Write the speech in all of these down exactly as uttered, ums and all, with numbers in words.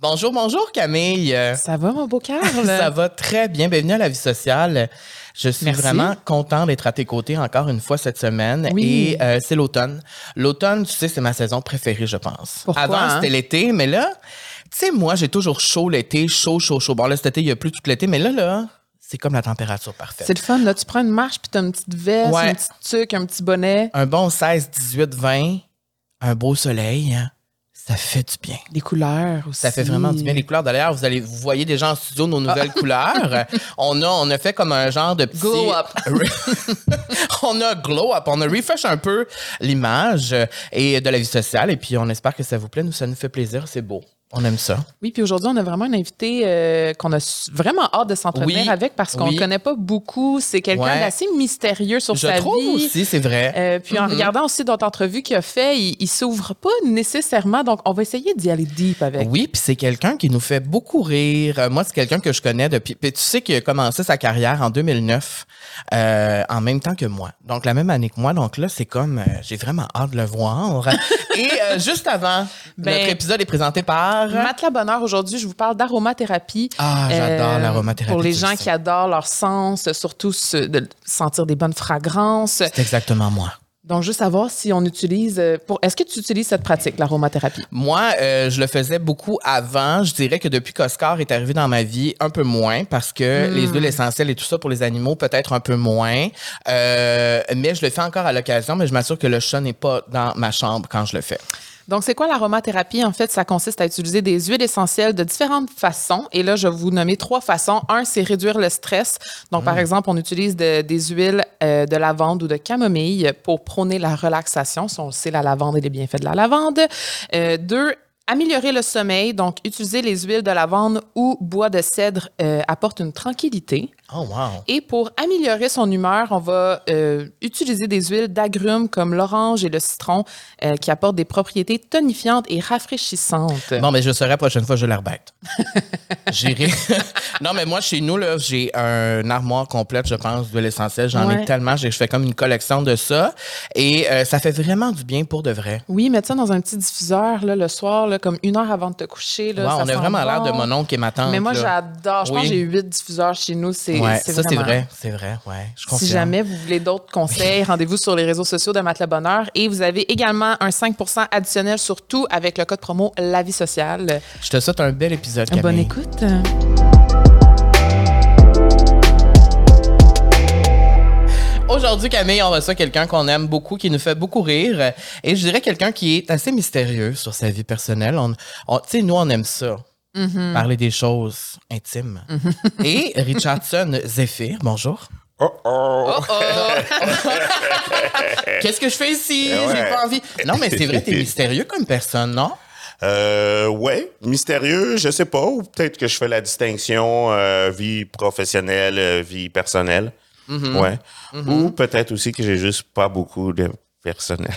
Bonjour, bonjour Camille. Ça va, mon beau Carl? Ça va très bien. Bienvenue à la vie sociale. Je suis Merci. vraiment content d'être à tes côtés encore une fois cette semaine. Oui. Et euh, c'est l'automne. L'automne, tu sais, c'est ma saison préférée, je pense. Pourquoi, Avant, hein? c'était l'été, mais là, tu sais, moi, j'ai toujours chaud l'été, chaud, chaud, chaud. Bon, là, cet été, il n'y a plus tout l'été, mais là, là, c'est comme la température parfaite. C'est le fun, là. Tu prends une marche, puis t'as une petite veste, Ouais. une petite tuque, un petit bonnet. Un bon seize, dix-huit, vingt, un beau soleil, hein, ça fait du bien. Les couleurs aussi. Ça fait vraiment du bien. Les couleurs, d'ailleurs, vous allez, vous voyez déjà en studio nos nouvelles ah. couleurs. On a, on a fait comme un genre de petit... Glow up. On a glow up. On a refresh un peu l'image et de la vie sociale. Et puis, on espère que ça vous plaît. Nous, ça nous fait plaisir. C'est beau. On aime ça. Oui, puis aujourd'hui, on a vraiment un invité euh, qu'on a vraiment hâte de s'entretenir oui, avec parce qu'on ne oui. connaît pas beaucoup. C'est quelqu'un ouais. d'assez mystérieux sur Je sa trouve vie. aussi, c'est vrai. Euh, puis mm-hmm. en regardant aussi d'autres entrevues qu'il a fait, il, il s'ouvre pas nécessairement. Donc, on va essayer d'y aller deep avec. Oui, puis c'est quelqu'un qui nous fait beaucoup rire. Moi, c'est quelqu'un que je connais depuis... Puis tu sais qu'il a commencé sa carrière en deux mille neuf, euh, en même temps que moi. Donc, la même année que moi. Donc là, c'est comme... Euh, j'ai vraiment hâte de le voir. Et euh, juste avant, ben, notre épisode est présenté par... Matelas Bonheur. Aujourd'hui, je vous parle d'aromathérapie. Ah, j'adore euh, l'aromathérapie. Pour les gens qui adorent leur sens, surtout ce, de sentir des bonnes fragrances. C'est exactement moi. Donc, juste savoir si on utilise... Pour, est-ce que tu utilises cette pratique, l'aromathérapie? Moi, euh, je le faisais beaucoup avant. Je dirais que depuis qu'Oscar est arrivé dans ma vie, un peu moins, parce que mm. les huiles essentielles et tout ça pour les animaux, peut-être un peu moins. Euh, mais je le fais encore à l'occasion, mais je m'assure que le chat n'est pas dans ma chambre quand je le fais. Donc, c'est quoi l'aromathérapie? En fait, ça consiste à utiliser des huiles essentielles de différentes façons. Et là, je vais vous nommer trois façons. Un, c'est réduire le stress. Donc, mmh. par exemple, on utilise de, des huiles euh, de lavande ou de camomille pour prôner la relaxation. Si on le sait, la lavande et les bienfaits de la lavande. Euh, deux, améliorer le sommeil. Donc, utiliser les huiles de lavande ou bois de cèdre euh, apporte une tranquillité. Oh, wow! Et pour améliorer son humeur, on va euh, utiliser des huiles d'agrumes comme l'orange et le citron euh, qui apportent des propriétés tonifiantes et rafraîchissantes. Bon, mais je serai la prochaine fois, je l'air bête. J'irai. Non, mais moi, chez nous, là, j'ai un armoire complète, je pense, d'huile essentielle. J'en ouais. ai tellement. Je fais comme une collection de ça. Et euh, ça fait vraiment du bien pour de vrai. Oui, mettre ça dans un petit diffuseur là, le soir, là, comme une heure avant de te coucher. Là, wow, ça on a vraiment bon. l'air de mon oncle et ma tante. Mais moi, là. j'adore. Je oui. pense que j'ai huit diffuseurs chez nous. C'est Ouais, c'est ça, vraiment... c'est vrai. C'est vrai, ouais. Je confirme. Si jamais vous voulez d'autres conseils, rendez-vous sur les réseaux sociaux de Matelas Bonheur. Et vous avez également un cinq pour cent additionnel sur tout avec le code promo La Vie Sociale. Je te souhaite un bel épisode, Camille. Bonne écoute. Aujourd'hui, Camille, on reçoit quelqu'un qu'on aime beaucoup, qui nous fait beaucoup rire. Et je dirais quelqu'un qui est assez mystérieux sur sa vie personnelle. On, on, tu sais, nous, on aime ça. Mm-hmm. Parler des choses intimes. Mm-hmm. Et Richardson Zephyr, bonjour. Oh oh! oh, oh. Qu'est-ce que je fais ici? Ouais. J'ai pas envie. Non, mais c'est vrai, t'es mystérieux comme personne, non? Euh, ouais, mystérieux, je sais pas. Ou peut-être que je fais la distinction euh, vie professionnelle, euh, vie personnelle. Mm-hmm. Ouais. Mm-hmm. Ou peut-être aussi que j'ai juste pas beaucoup de personnel.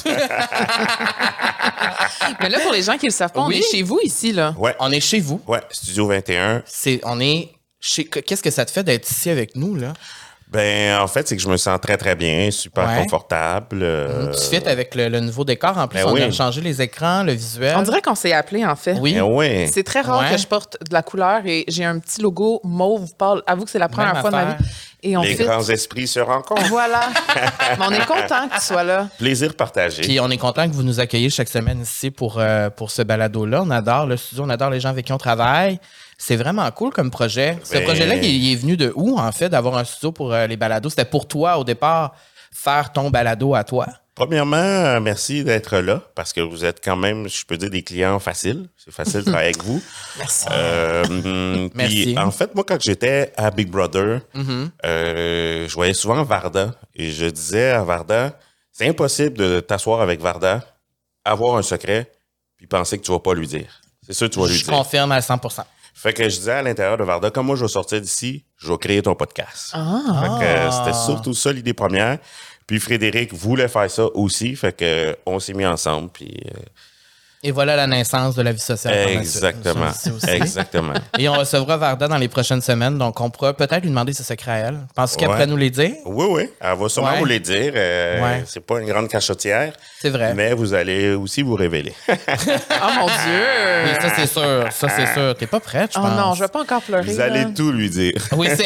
Mais là, pour les gens qui le savent pas, oui. on est chez vous ici, là. Ouais. On est chez vous. Ouais, Studio vingt et un. C'est, on est chez... Qu'est-ce que ça te fait d'être ici avec nous, là? Ben, en fait, c'est que je me sens très, très bien, super ouais. confortable. Euh... Tu fites avec le, le nouveau décor. En plus, ben on oui. a changé les écrans, le visuel. On dirait qu'on s'est appelé, en fait. Oui. Ben oui. C'est très rare ouais. que je porte de la couleur et j'ai un petit logo mauve. Paul, avoue que c'est la première Même fois affaire. de ma vie. Et on les fit. grands esprits se rencontrent. Voilà. Mais on est content que tu sois là. Plaisir partagé. Puis on est content que vous nous accueilliez chaque semaine ici pour, euh, pour ce balado-là. On adore le studio, on adore les gens avec qui on travaille. C'est vraiment cool comme projet. Ce ben... projet-là, il, il est venu de où, en fait, d'avoir un studio pour euh, les balados? C'était pour toi, au départ, faire ton balado à toi? Premièrement, merci d'être là, parce que vous êtes quand même, je peux dire, des clients faciles. C'est facile de travailler avec vous. Merci. Euh, merci. Puis, en fait, moi, quand j'étais à Big Brother, mm-hmm. euh, je voyais souvent Varda. Et je disais à Varda, c'est impossible de t'asseoir avec Varda, avoir un secret, puis penser que tu vas pas lui dire. C'est sûr que tu vas lui je dire. Je confirme à cent pour cent. Fait que je disais à l'intérieur de Varda, comme moi, je vais sortir d'ici, je vais créer ton podcast. Ah. Fait que c'était surtout ça l'idée première. Puis Frédéric voulait faire ça aussi, fait que on s'est mis ensemble, puis euh, Et voilà la naissance de la vie sociale. par la suite. Exactement. Nous sommes ici aussi. Exactement. Et on recevra Varda dans les prochaines semaines, donc on pourra peut-être lui demander ses secrets à elle. Penses-tu qu'elle Ouais. pourrait nous les dire? Oui, oui. Elle va sûrement Ouais. vous les dire. Euh, Ouais. C'est pas une grande cachotière. C'est vrai. Mais vous allez aussi vous révéler. Oh mon Dieu! Oui, ça c'est sûr. Ça c'est sûr. T'es pas prête, je Oh pense. non, je vais pas encore pleurer. Vous allez là. tout lui dire. Oui, c'est.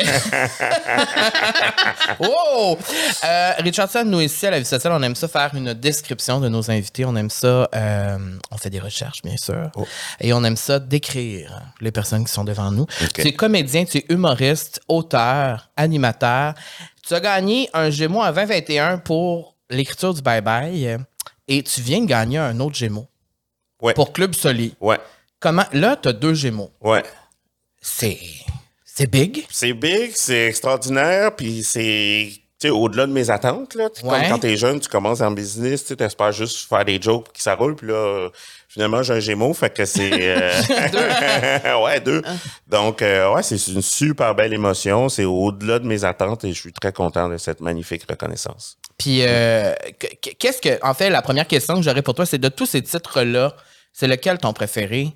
Oh! Euh, Richardson, nous ici à la vie sociale, on aime ça faire une description de nos invités. On aime ça. euh, on fait des recherches, bien sûr. Oh. Et on aime ça décrire les personnes qui sont devant nous. OK. Tu es comédien, tu es humoriste, auteur, animateur. Tu as gagné un Gémeaux à vingt vingt et un pour l'écriture du Bye Bye. Et tu viens de gagner un autre Gémeaux Ouais. pour Club Soli. Ouais. Comment? Là, tu as deux Gémeaux. Ouais. C'est. C'est big. C'est big, c'est extraordinaire, puis c'est tu sais, au-delà de mes attentes. Là. Ouais. Comme quand t'es jeune, tu commences en business, tu espères juste faire des jokes qui ça roule, puis là, euh, finalement, j'ai un Gémeaux, fait que c'est... euh, deux. Ouais, deux. Donc, euh, ouais, c'est une super belle émotion, c'est au-delà de mes attentes, et je suis très content de cette magnifique reconnaissance. Puis, euh, qu- qu'est-ce que. En fait, la première question que j'aurais pour toi, c'est de tous ces titres-là, c'est lequel ton préféré?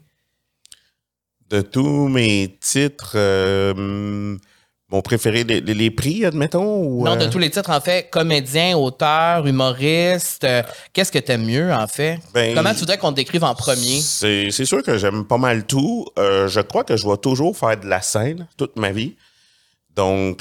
De tous mes titres, euh, mon préféré, les, les- les prix, admettons? Ou, Non, euh, de tous les titres, en fait, comédien, auteur, humoriste. euh, qu'est-ce que t'aimes mieux, en fait? Ben, Comment tu voudrais qu'on te décrive en premier? C'est, c'est sûr que j'aime pas mal tout. Euh, je crois que je vais toujours faire de la scène toute ma vie. Donc,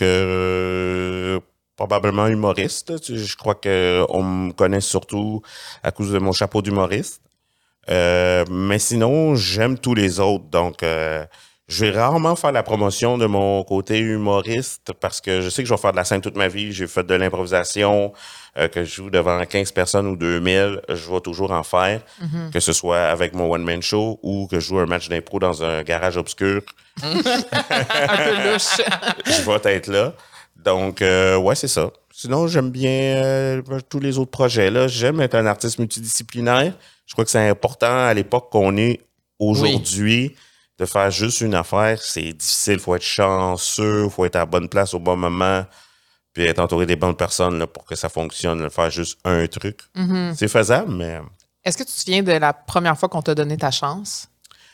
euh, probablement humoriste. Tu sais, Je crois que on me connaît surtout à cause de mon chapeau d'humoriste. Euh, mais sinon, j'aime tous les autres. Donc, euh, je vais rarement faire la promotion de mon côté humoriste parce que je sais que je vais faire de la scène toute ma vie. J'ai fait de l'improvisation, euh, que je joue devant quinze personnes ou deux mille. Je vais toujours en faire, que ce soit avec mon one-man show ou que je joue un match d'impro dans un garage obscur. Un peu louche. Je vais être là. Donc, euh, ouais, c'est ça. Sinon, j'aime bien euh, tous les autres projets. Là, j'aime être un artiste multidisciplinaire. Je crois que c'est important à l'époque qu'on est aujourd'hui de faire juste une affaire. C'est difficile. Il faut être chanceux. Il faut être à la bonne place au bon moment. Puis être entouré des bonnes personnes là, pour que ça fonctionne. Là, faire juste un truc. C'est faisable, mais Est-ce que tu te souviens de la première fois qu'on t'a donné ta chance?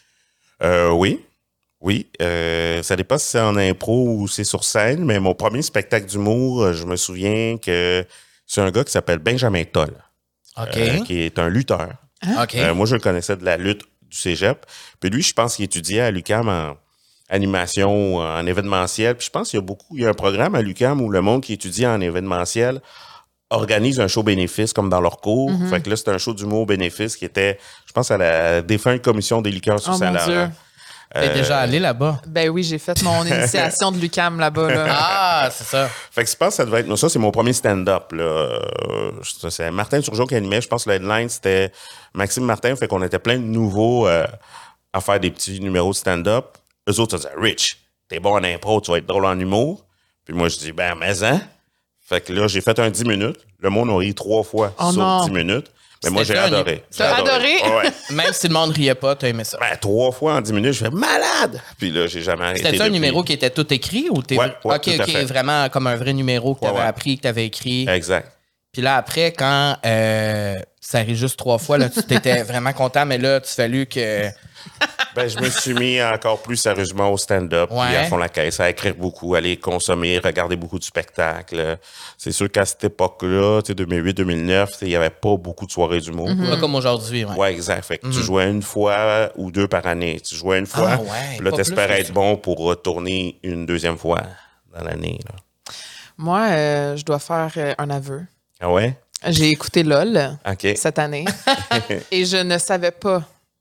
euh, oui. Oui, euh, ça dépend si c'est en impro ou c'est sur scène, mais mon premier spectacle d'humour, euh, je me souviens que c'est un gars qui s'appelle Benjamin Toll, OK. euh, qui est un lutteur. OK. Euh, moi, je le connaissais de la lutte du cégep. Puis lui, je pense qu'il étudiait à l'U Q A M en animation, en événementiel. Puis je pense qu'il y a beaucoup, il y a un programme à l'U Q A M où le monde qui étudie en événementiel organise un show bénéfice comme dans leur cours. Fait que là, c'était un show d'humour bénéfice qui était, je pense, à la défunte commission des liqueurs sous Oh mon salaire. Dieu. T'es déjà allé là-bas? Ben oui, j'ai fait mon initiation de l'U Q A M là-bas. Là. Ah, c'est ça. Fait que je pense que ça devait être... Ça, c'est mon premier stand-up. Là. Euh, ça, c'est Martin Turgeon qui animait. Je pense que le headline, c'était Maxime Martin. Fait qu'on était plein de nouveaux euh, à faire des petits numéros de stand-up. Eux autres, ça disaient « Rich, t'es bon en impro, tu vas être drôle en humour. » Puis moi, je dis « Ben, mais hein? » Fait que là, j'ai fait un dix minutes. Le monde a ri trois fois Oh sur non. dix minutes. Mais moi, j'ai C'était un- adoré. J'ai T'as adoré? Ouais. Même si le monde riait pas, t'as aimé ça. Ben, trois fois en dix minutes, je fais « Malade! » Puis là, j'ai jamais arrêté. C'était un depuis. numéro qui était tout écrit ou t'es. Ouais, ouais, OK, tout à OK, fait. vraiment comme un vrai numéro que Ouais, t'avais ouais. appris, que t'avais écrit. Exact. Puis là, après, quand euh, ça arrive juste trois fois, là, tu t'étais vraiment content, mais là, tu fallu que. Ben, je me suis mis encore plus sérieusement au stand-up, Ouais. puis à fond la caisse, à écrire beaucoup, à aller consommer, regarder beaucoup de spectacles. C'est sûr qu'à cette époque-là, tu sais, deux mille huit deux mille neuf, tu sais, il n'y avait pas beaucoup de soirées d'humour. Pas comme aujourd'hui, ouais. Ouais, exact. Fait que tu jouais une fois ou deux par année. Tu jouais une fois, Ah, ouais, puis là, pas t'espérais plus, être bon pour retourner une deuxième fois dans l'année. Là. Moi, euh, je dois faire euh, un aveu. Ah ouais? J'ai écouté LOL OK. cette année et je ne savais pas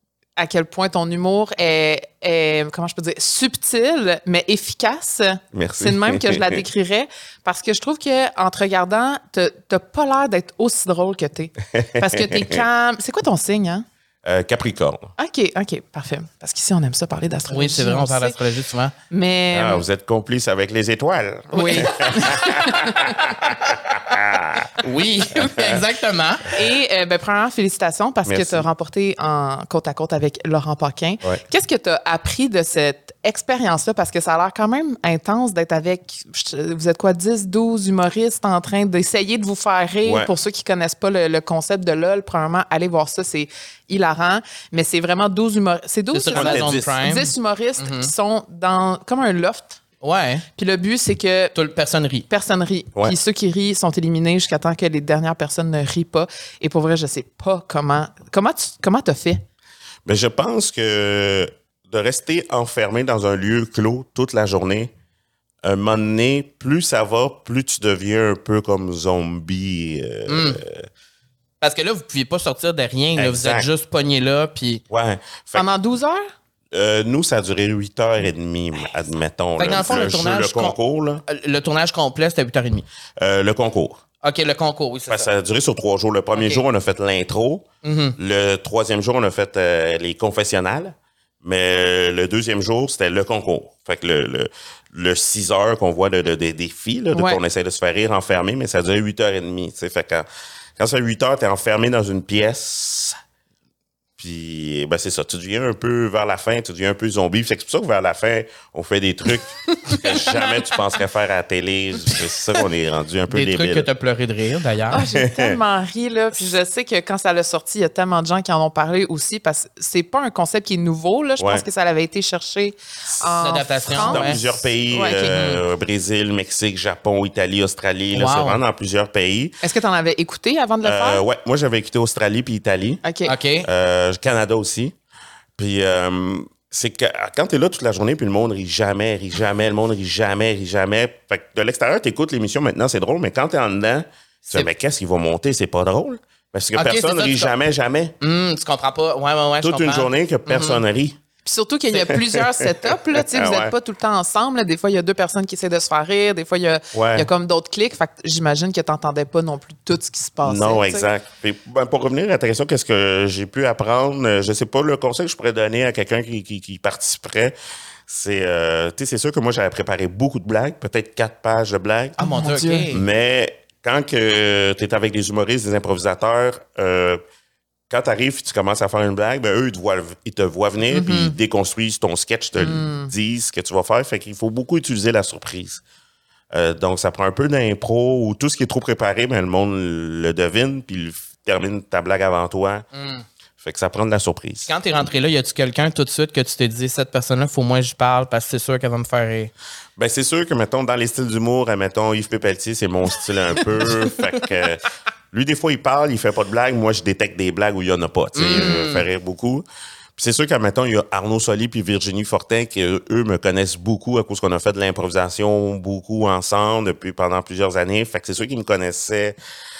à quel point ton humour est, est, comment je peux dire, subtil, mais efficace. Merci. C'est de même que je la décrirais parce que je trouve que en te regardant, t'as t'as pas l'air d'être aussi drôle que t'es. Parce que t'es calme. C'est quoi ton signe, hein? Euh, Capricorne. OK, OK, parfait. Parce qu'ici, on aime ça parler d'astrologie. Oui, c'est vrai, on parle sait. d'astrologie souvent. Mais Ah, vous êtes complice avec les étoiles. oui. Oui, exactement. Et euh, ben, premièrement, félicitations parce Merci. que tu as remporté en côte à côte avec Laurent Paquin. Ouais. Qu'est-ce que tu as appris de cette expérience-là, parce que ça a l'air quand même intense d'être avec, vous êtes quoi, dix, douze humoristes en train d'essayer de vous faire rire. Ouais. Pour ceux qui connaissent pas le, le concept de LOL, premièrement, allez voir ça, c'est hilarant. Mais c'est vraiment douze humoristes. C'est douze, C'est c'est sur ça? Amazon dix. Prime. dix humoristes Mm-hmm. qui sont dans comme un loft. Ouais. Puis le but, c'est que Tout le personne rit. personne rit. Ouais. Puis ceux qui rient sont éliminés jusqu'à temps que les dernières personnes ne rient pas. Et pour vrai, je sais pas comment. Comment tu comment t'as fait? Mais je pense que de rester enfermé dans un lieu clos toute la journée, un moment donné, plus ça va, plus tu deviens un peu comme zombie. Euh, Mm. Parce que là, vous ne pouviez pas sortir de rien. Là, vous Exact. êtes juste pogné là. Puis. Ouais. Fait que, Pendant douze heures? euh, nous, ça a duré huit heures trente, admettons. Fait que là. dans le fond, le jeu, tournage le concours, là. Euh, Le tournage complet, c'était huit heures trente. Euh, le concours. OK, le concours, oui, c'est Parce que ça. ça a duré sur trois jours. Le premier Ok. jour, on a fait l'intro. Mhm. Le troisième jour, on a fait euh, les confessionnals. Mais euh, le deuxième jour, c'était le concours. Fait que le, le, le six heures qu'on voit de, de, des défis, là, de Ouais. qu'on essaie de se faire rire enfermé, mais ça dure huit heures trente. Tu sais, fait que quand, quand ça fait huit heures, t'es enfermé dans une pièce. Puis, ben, c'est ça. Tu deviens un peu, vers la fin, tu deviens un peu zombie. Fait que c'est pour ça que vers la fin, on fait des trucs que jamais tu penserais faire à la télé. C'est ça qu'on est rendu un peu Des débile. trucs que tu as pleuré de rire, d'ailleurs. Ah, j'ai tellement ri, là. Puis je sais que quand ça l'a sorti, il y a tellement de gens qui en ont parlé aussi parce que c'est pas un concept qui est nouveau, là. Je Ouais. pense que ça avait été cherché en L'adaptation, France. Dans Ouais. plusieurs pays, Ouais, ok. euh, Brésil, Mexique, Japon, Italie, Australie. Là, Wow. c'est vraiment dans plusieurs pays. Est-ce que tu en avais écouté avant de le Euh, faire? ouais, moi, j'avais écouté Australie puis Italie. OK. OK. Euh, Canada aussi. Puis, euh, c'est que quand t'es là toute la journée, puis le monde rit jamais, rit jamais, le monde rit jamais, rit jamais. Fait que de l'extérieur, t'écoutes l'émission maintenant, c'est drôle, mais quand t'es en dedans, tu C'est- dis, mais qu'est-ce qui va monter? C'est pas drôle. Parce que Ok, personne c'est ça, rit tu com- jamais, jamais. Hum, tu comprends pas. Ouais, ouais, ouais. je Toute une comprends. journée que personne rit. Puis surtout qu'il y a plusieurs setups, là. Tu sais, Ah vous ouais. n'êtes pas tout le temps ensemble. là. Des fois, il y a deux personnes qui essaient de se faire rire. Des fois, il y a, Ouais. il y a comme d'autres clics. Fait que j'imagine que tu n'entendais pas non plus tout ce qui se passait. Non, tu sais. exact. Puis, ben, pour revenir à ta question, qu'est-ce que j'ai pu apprendre? Euh, Je sais pas, le conseil que je pourrais donner à quelqu'un qui, qui, qui participerait, c'est, euh, tu sais, c'est sûr que moi, j'avais préparé beaucoup de blagues, peut-être quatre pages de blagues. Ah, mon, Mon Dieu, Dieu. OK. Mais quand que tu es avec des humoristes, des improvisateurs, euh, quand tu arrives et tu commences à faire une blague, ben eux, ils te voient, ils te voient venir puis ils déconstruisent ton sketch, te disent ce que tu vas faire. Fait qu'il faut beaucoup utiliser la surprise. Euh, donc, ça prend un peu d'impro ou tout ce qui est trop préparé, ben, le monde le devine puis il termine ta blague avant toi. Fait que ça prend de la surprise. Quand t'es rentré là, y a-tu quelqu'un tout de suite que tu t'es dit, cette personne-là, faut moins que je parle parce que c'est sûr qu'elle va me faire rire? Ben, c'est sûr que, mettons, dans les styles d'humour, mettons, Yves Pépeltier, c'est mon style un peu. Fait que euh, lui, des fois, il parle, il fait pas de blagues. Moi, je détecte des blagues où il y en a pas. Tu sais, euh, fait rire beaucoup. Puis c'est sûr qu'à mettons, il y a Arnaud Soli puis Virginie Fortin qui, eux, me connaissent beaucoup à cause qu'on a fait de l'improvisation beaucoup ensemble depuis pendant plusieurs années. Fait que c'est sûr qu'ils me connaissaient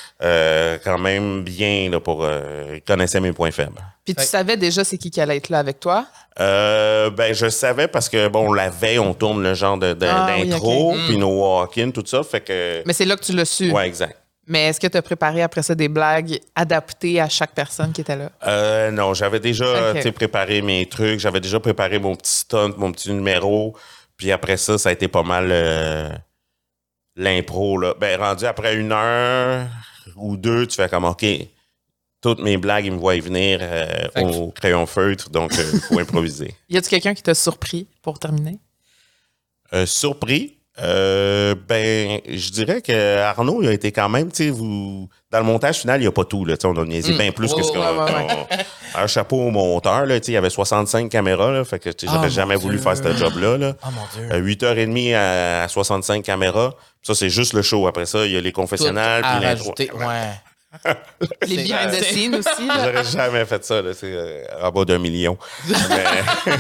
euh, quand même bien là, pour euh, ils connaissaient mes points faibles. Puis tu Fait- savais déjà c'est qui qui allait être là avec toi? Euh, ben, je savais parce que, bon, la veille, on tourne le genre de, de- Ah oui, d'intro, ok. puis nos walk-in, tout ça. Fait que. Mais c'est là que tu l'as su. Ouais, exact. Mais est-ce que tu as préparé après ça des blagues adaptées à chaque personne qui était là? Euh, non, j'avais déjà Ok. tu sais, préparé mes trucs, j'avais déjà préparé mon petit stunt, mon petit numéro. Puis après ça, ça a été pas mal euh, l'impro. Là. Ben, rendu après une heure ou deux, tu fais comme OK, toutes mes blagues, ils me voient y venir euh, Fait que- au crayon feutre, donc il faut improviser. Y a-tu quelqu'un qui t'a surpris pour terminer? Euh, surpris. Euh, ben, je dirais que Arnaud, il a été quand même, tu sais, vous, dans le montage final, il n'y a pas tout, là, tu sais, on a niaisé Mm. bien plus Ouais, que ce ouais, qu'on, ouais, qu'on- un chapeau au monteur, là, tu sais, il y avait soixante-cinq caméras, là, fait que, tu sais, j'aurais Oh, jamais mon voulu Dieu. faire ce job-là, là. Oh mon Dieu. Euh, huit heures trente à, à soixante-cinq caméras. Ça, c'est juste le show. Après ça, il y a les Tout confessionnals, à puis l'intro. rajouter. Ouais. Les C'est- behind the c'est- scenes aussi, là? J'aurais jamais fait ça, là, c'est euh, en bas d'un million. Mais,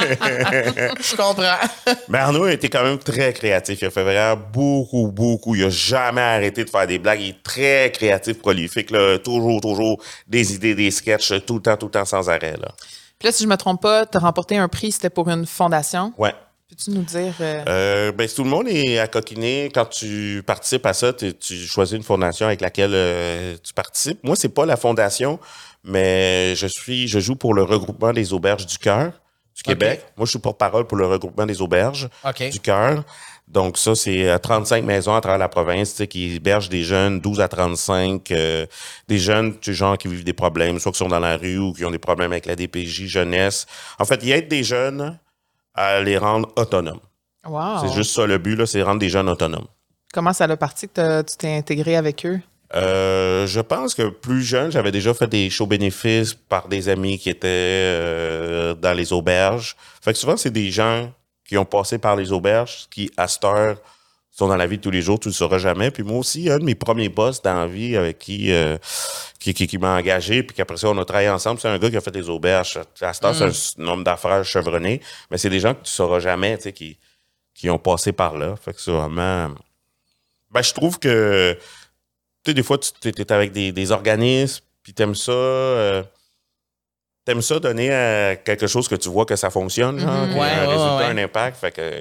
Je comprends. mais Arnaud a été quand même très créatif. Il a fait vraiment beaucoup, beaucoup. Il a jamais arrêté de faire des blagues. Il est très créatif, prolifique, là. Toujours, toujours des idées, des sketchs, tout le temps, tout le temps, sans arrêt, là. Puis là, si je me trompe pas, tu as remporté un prix, c'était pour une fondation. Ouais. Peux-tu nous dire... euh, Euh, ben, si tout le monde est à coquiner, quand tu participes à ça, tu, tu choisis une fondation avec laquelle euh, tu participes. Moi, c'est pas la fondation, mais je suis, je joue pour le regroupement des auberges du cœur du Québec. Moi, je suis porte-parole pour le regroupement des auberges OK. du cœur. Donc, ça, c'est euh, trente-cinq maisons à travers la province, tu sais, qui hébergent des jeunes, douze à trente-cinq, euh, des jeunes, tu sais, genre, qui vivent des problèmes, soit qui sont dans la rue ou qui ont des problèmes avec la D P J, jeunesse. En fait, il y a des jeunes à les rendre autonomes. Wow. C'est juste ça le but, là, c'est rendre des jeunes autonomes. Comment ça l'a parti que tu t'es intégré avec eux? Euh, je pense que plus jeune, j'avais déjà fait des shows bénéfices par des amis qui étaient euh, dans les auberges. Fait que souvent, c'est des gens qui ont passé par les auberges, qui, à cette heure, sont dans la vie de tous les jours, tu le sauras jamais. Puis moi aussi, un de mes premiers boss dans la vie avec qui euh, qui, qui, qui m'a engagé, puis qu'après ça, on a travaillé ensemble, c'est un gars qui a fait des auberges. À cette heure, mm. c'est un homme d'affaires chevronné, mais c'est des gens que tu sauras jamais, tu sais, qui, qui ont passé par là. Fait que c'est vraiment... Ben, je trouve que... Tu sais, des fois, tu es avec des, des organismes, puis t'aimes ça... Euh, t'aimes ça donner à quelque chose que tu vois que ça fonctionne, genre, mm-hmm. ouais, un ouais, résultat, ouais. un impact. Fait que...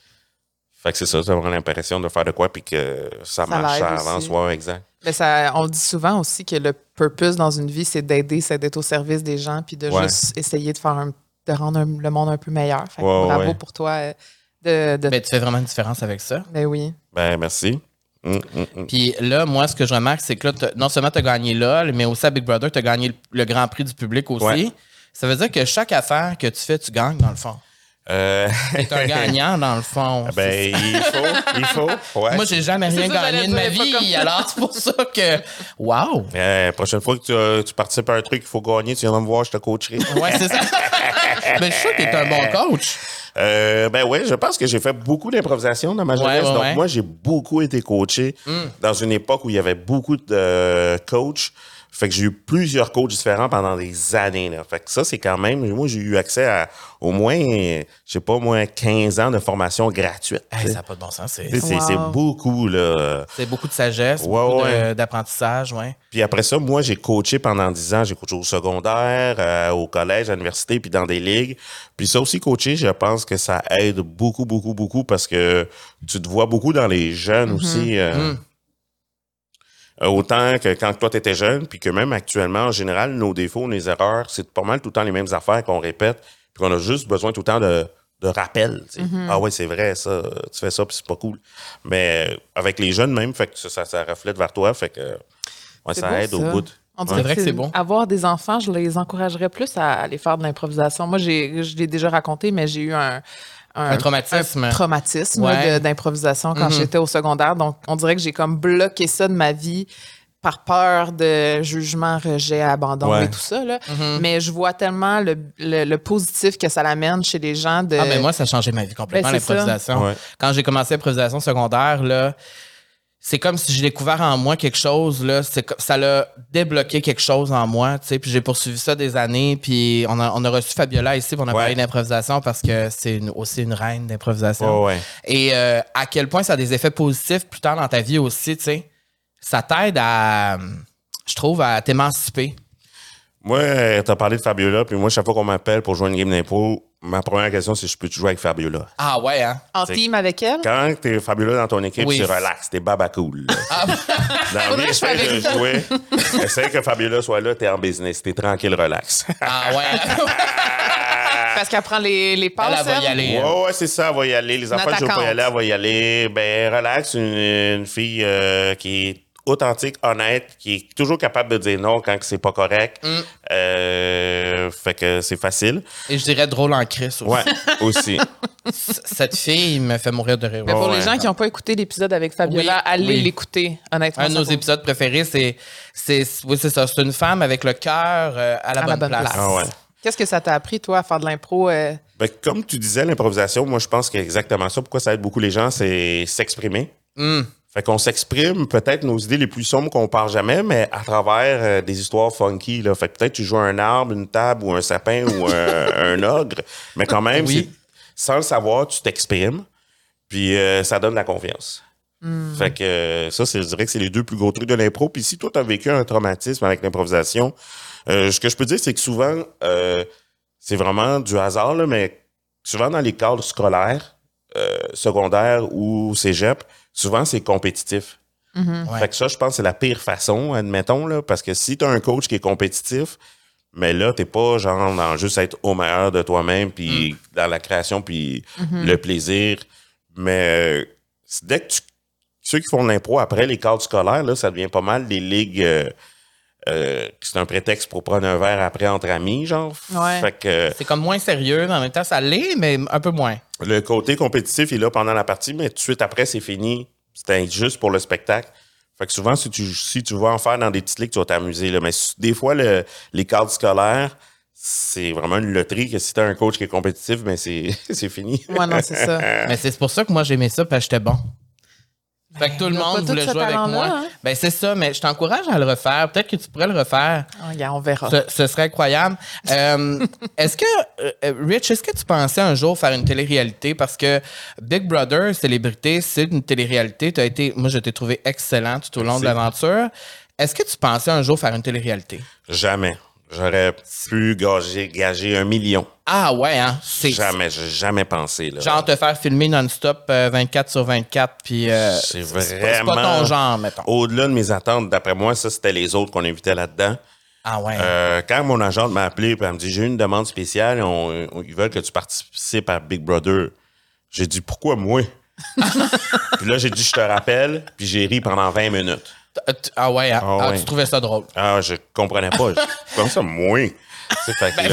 Fait que c'est ça, ça vraiment l'impression de faire de quoi puis que ça, ça marche, ça avance. Ouais, exact. Mais ça, on dit souvent aussi que le purpose dans une vie, c'est d'aider, c'est d'être au service des gens puis de ouais. juste essayer de faire un, de rendre un, le monde un peu meilleur. Fait que ouais, bravo ouais. pour toi. De, de... Ben, tu fais vraiment une différence avec ça. Ben oui. Ben merci. Mm, mm, mm. Puis là, moi, ce que je remarque, c'est que là, non seulement tu as gagné là, mais aussi à Big Brother, tu as gagné le, le grand prix du public aussi. Ouais. Ça veut dire que chaque affaire que tu fais, tu gagnes dans le fond. Euh... T'es un gagnant, dans le fond. Ben, il faut, il faut. Ouais. Moi, j'ai jamais rien ça, gagné de ma vie, alors c'est pour ça que... Wow! La prochaine fois que tu, euh, tu participes à un truc qu'il faut gagner, tu viendras me voir, je te coacherai. Ouais, c'est ça. Ben, je suis sûr que t'es un bon coach. Euh, ben ouais, je pense que j'ai fait beaucoup d'improvisation dans ma jeunesse. Ouais, ouais, donc, ouais. moi, j'ai beaucoup été coaché mm. dans une époque où il y avait beaucoup de coachs. Fait que j'ai eu plusieurs coachs différents pendant des années, là. Fait que ça, c'est quand même... Moi, j'ai eu accès à au moins, je sais pas, moins quinze ans de formation gratuite. Hey, ça n'a pas de bon sens. C'est, c'est, wow. c'est beaucoup, là. C'est beaucoup de sagesse, ouais, beaucoup ouais. De, d'apprentissage, ouais. Puis après ça, moi, j'ai coaché pendant dix ans. J'ai coaché au secondaire, euh, au collège, à l'université, puis dans des ligues. Puis ça aussi, coacher, je pense que ça aide beaucoup, beaucoup, beaucoup parce que tu te vois beaucoup dans les jeunes mm-hmm. aussi. Euh, mm. Autant que quand toi, tu étais jeune, puis que même actuellement, en général, nos défauts, nos erreurs, c'est pas mal tout le temps les mêmes affaires qu'on répète, puis qu'on a juste besoin tout le temps de, de rappel. Mm-hmm. Ah ouais, c'est vrai, ça, tu fais ça, puis c'est pas cool. Mais avec les jeunes même, fait que ça, ça, ça reflète vers toi, fait que ouais, ça beau, aide ça. Au bout. On dirait ouais. vrai que c'est bon. Avoir des enfants, je les encouragerais plus à aller faire de l'improvisation. Moi, j'ai, je l'ai déjà raconté, mais j'ai eu un... Un, un traumatisme. Un traumatisme ouais. de, d'improvisation quand mm-hmm. j'étais au secondaire. Donc, on dirait que j'ai comme bloqué ça de ma vie par peur de jugement, rejet, abandon ouais. et tout ça. Là. Mm-hmm. Mais je vois tellement le, le, le positif que ça l'amène chez les gens. De... Ah, mais moi, ça a changé ma vie complètement, ben, l'improvisation. Ouais. Quand j'ai commencé l'improvisation secondaire, là, c'est comme si j'ai découvert en moi quelque chose, là, c'est, ça l'a débloqué quelque chose en moi, tu sais, puis j'ai poursuivi ça des années, puis on a, on a reçu Fabiola ici, puis on a ouais. parlé d'improvisation parce que c'est une, aussi une reine d'improvisation. Oh, ouais. Et euh, à quel point ça a des effets positifs plus tard dans ta vie aussi, tu sais. Ça t'aide à, je trouve, à t'émanciper. Moi, t'as parlé de Fabiola, puis moi, chaque fois qu'on m'appelle pour jouer une game d'impro, ma première question, c'est si je peux jouer avec Fabiola. Ah ouais, hein? En team avec elle? Quand t'es Fabiola dans ton équipe, oui. tu relaxes, t'es baba cool. Ah. Dans la vie, essaye de jouer. Essaye que Fabiola soit là, t'es en business, t'es tranquille, relax. Ah ouais? Parce qu'elle prend les, les passes. Elle, elle va y aller. Ouais, ouais, c'est ça, elle va y aller. Les enfants, je ne veux pas y aller, elle va y aller. Ben, relax, une, une fille euh, qui est authentique, honnête, qui est toujours capable de dire non quand c'est pas correct. Mm. Euh, fait que c'est facile. Et je dirais drôle en crise aussi. Ouais, aussi. Cette fille me fait mourir de rire. Mais pour ouais, les gens ouais. qui n'ont pas écouté l'épisode avec Fabiola, oui, allez oui. l'écouter, honnêtement. Un de nos vaut. épisodes préférés, c'est, c'est, oui, c'est ça. C'est une femme avec le cœur euh, à la à bonne, la bonne place. place. Ah ouais. Qu'est-ce que ça t'a appris, toi, à faire de l'impro? Euh... Ben, comme tu disais, l'improvisation, moi, je pense que exactement ça. Pourquoi ça aide beaucoup les gens, c'est s'exprimer. Mm. Fait qu'on s'exprime peut-être nos idées les plus sombres qu'on parle jamais, mais à travers euh, des histoires funky. Là. Fait que peut-être tu joues un arbre, une table ou un sapin ou un, un ogre, mais quand même, oui. sans le savoir, tu t'exprimes, puis euh, ça donne de la confiance. Mm. Fait que euh, ça, c'est, je dirais que c'est les deux plus gros trucs de l'impro. Puis si toi, tu as vécu un traumatisme avec l'improvisation, euh, ce que je peux dire, c'est que souvent, euh, c'est vraiment du hasard, là, mais souvent dans les cadres scolaires, euh, secondaires ou cégep, souvent, c'est compétitif. Mm-hmm. Ouais. Fait que ça, je pense que c'est la pire façon, admettons, là, parce que si tu as un coach qui est compétitif, mais là, t'es pas genre dans juste être au meilleur de toi-même, puis mm. dans la création, puis mm-hmm. le plaisir. Mais euh, dès que tu... Ceux qui font de l'impro après les cadres scolaires, là, ça devient pas mal des ligues euh, euh, c'est un prétexte pour prendre un verre après entre amis, genre. Ouais. Fait que C'est comme moins sérieux, mais en même temps, ça l'est, mais un peu moins. le côté compétitif est là pendant la partie, mais tout de suite après, c'est fini. C'était juste pour le spectacle. Fait que souvent, si tu, si tu vas en faire dans des petites ligues, tu vas t'amuser, là. Mais des fois, le, les cadres scolaires, c'est vraiment une loterie que si t'as un coach qui est compétitif, ben c'est, c'est fini. Ouais, non, c'est ça. Mais c'est pour ça que moi, j'aimais ça parce que j'étais bon. Fait que tout le on a pas monde tout voulait ce jouer avec talent-là, moi. hein? Ben c'est ça, mais je t'encourage à le refaire. Peut-être que tu pourrais le refaire. Ah, regarde, on verra. Ce, ce serait incroyable. Euh, est-ce que, euh, Rich, est-ce que tu pensais un jour faire une télé-réalité? Parce que Big Brother, Célébrité, c'est une télé-réalité. T'as été, moi, je t'ai trouvé excellent tout au long Merci. de l'aventure. Est-ce que tu pensais un jour faire une télé-réalité? Jamais. J'aurais pu gager, gager un million. Ah ouais, hein? C'est Jamais, j'ai jamais pensé. Là. genre te faire filmer non-stop euh, vingt-quatre sur vingt-quatre, puis euh, C'est pas- vraiment... c'est pas ton genre, mettons. Au-delà de mes attentes, d'après moi, ça, c'était les autres qu'on invitait là-dedans. Ah ouais. Euh, quand mon agente m'a appelé et elle me dit « J'ai une demande spéciale, on, on- ils veulent que tu participes à Big Brother. » J'ai dit « Pourquoi moi? » Puis là, j'ai dit « Je te rappelle. » Puis j'ai ri pendant vingt minutes. T- t- Ah ouais, hein? Ah Ah, ouais. tu trouvais ça drôle. Ah, je comprenais pas. Je- Comment ça, moi? C'est fait que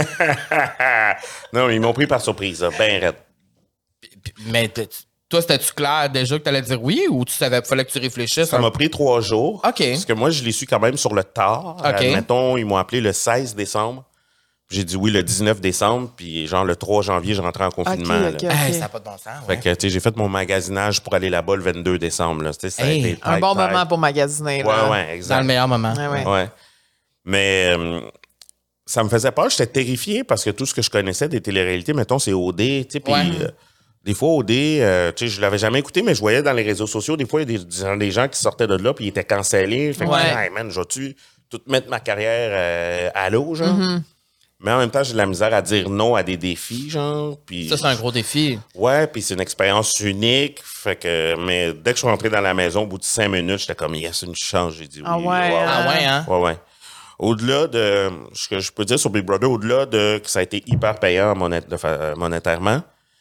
là... non, ils m'ont pris par surprise, là, ben raide. Puis- Mais t- toi, c'était-tu clair déjà que tu allais dire oui ou tu savais qu'il fallait que tu réfléchisses? Ça m'a pris trois jours. OK. Parce que moi, je l'ai su quand même sur le tard. OK. Admettons, ils m'ont appelé le seize décembre. J'ai dit oui le dix-neuf décembre. Puis genre le trois janvier, je rentrais en confinement. OK, là. OK. Hey, ça n'a pas de bon sens. Ouais. Fait que, tu sais, j'ai fait mon magasinage pour aller là-bas le vingt-deux décembre. Là. Tu sais, ça a Hey, été Un tight, bon tight. moment pour magasiner. Là. Ouais, ouais, Dans le exact. meilleur moment. Ouais, ouais. Ouais. Mais euh, ça me faisait peur. J'étais terrifié parce que tout ce que je connaissais des téléréalités, mettons, c'est O D. Tu sais, puis Ouais. euh, des fois, O D, euh, tu sais, je l'avais jamais écouté, mais je voyais dans les réseaux sociaux, des fois, il y a des, des gens qui sortaient de là puis ils étaient cancellés. Fait que, Ouais. hey, man, je vais-tu tout mettre ma carrière euh, à l'eau, genre? Mm-hmm. Mais en même temps, j'ai de la misère à dire non à des défis, genre. Puis, Ça, c'est un gros défi. ouais, puis c'est une expérience unique. Fait que, mais dès que je suis rentré dans la maison, au bout de cinq minutes, j'étais comme, yes, une chance. J'ai dit oui. Ah ouais, Ah ouais, hein? Ouais, ouais. Au-delà de ce que je peux dire sur Big Brother, au-delà de que ça a été hyper payant monet- de fa- monétairement,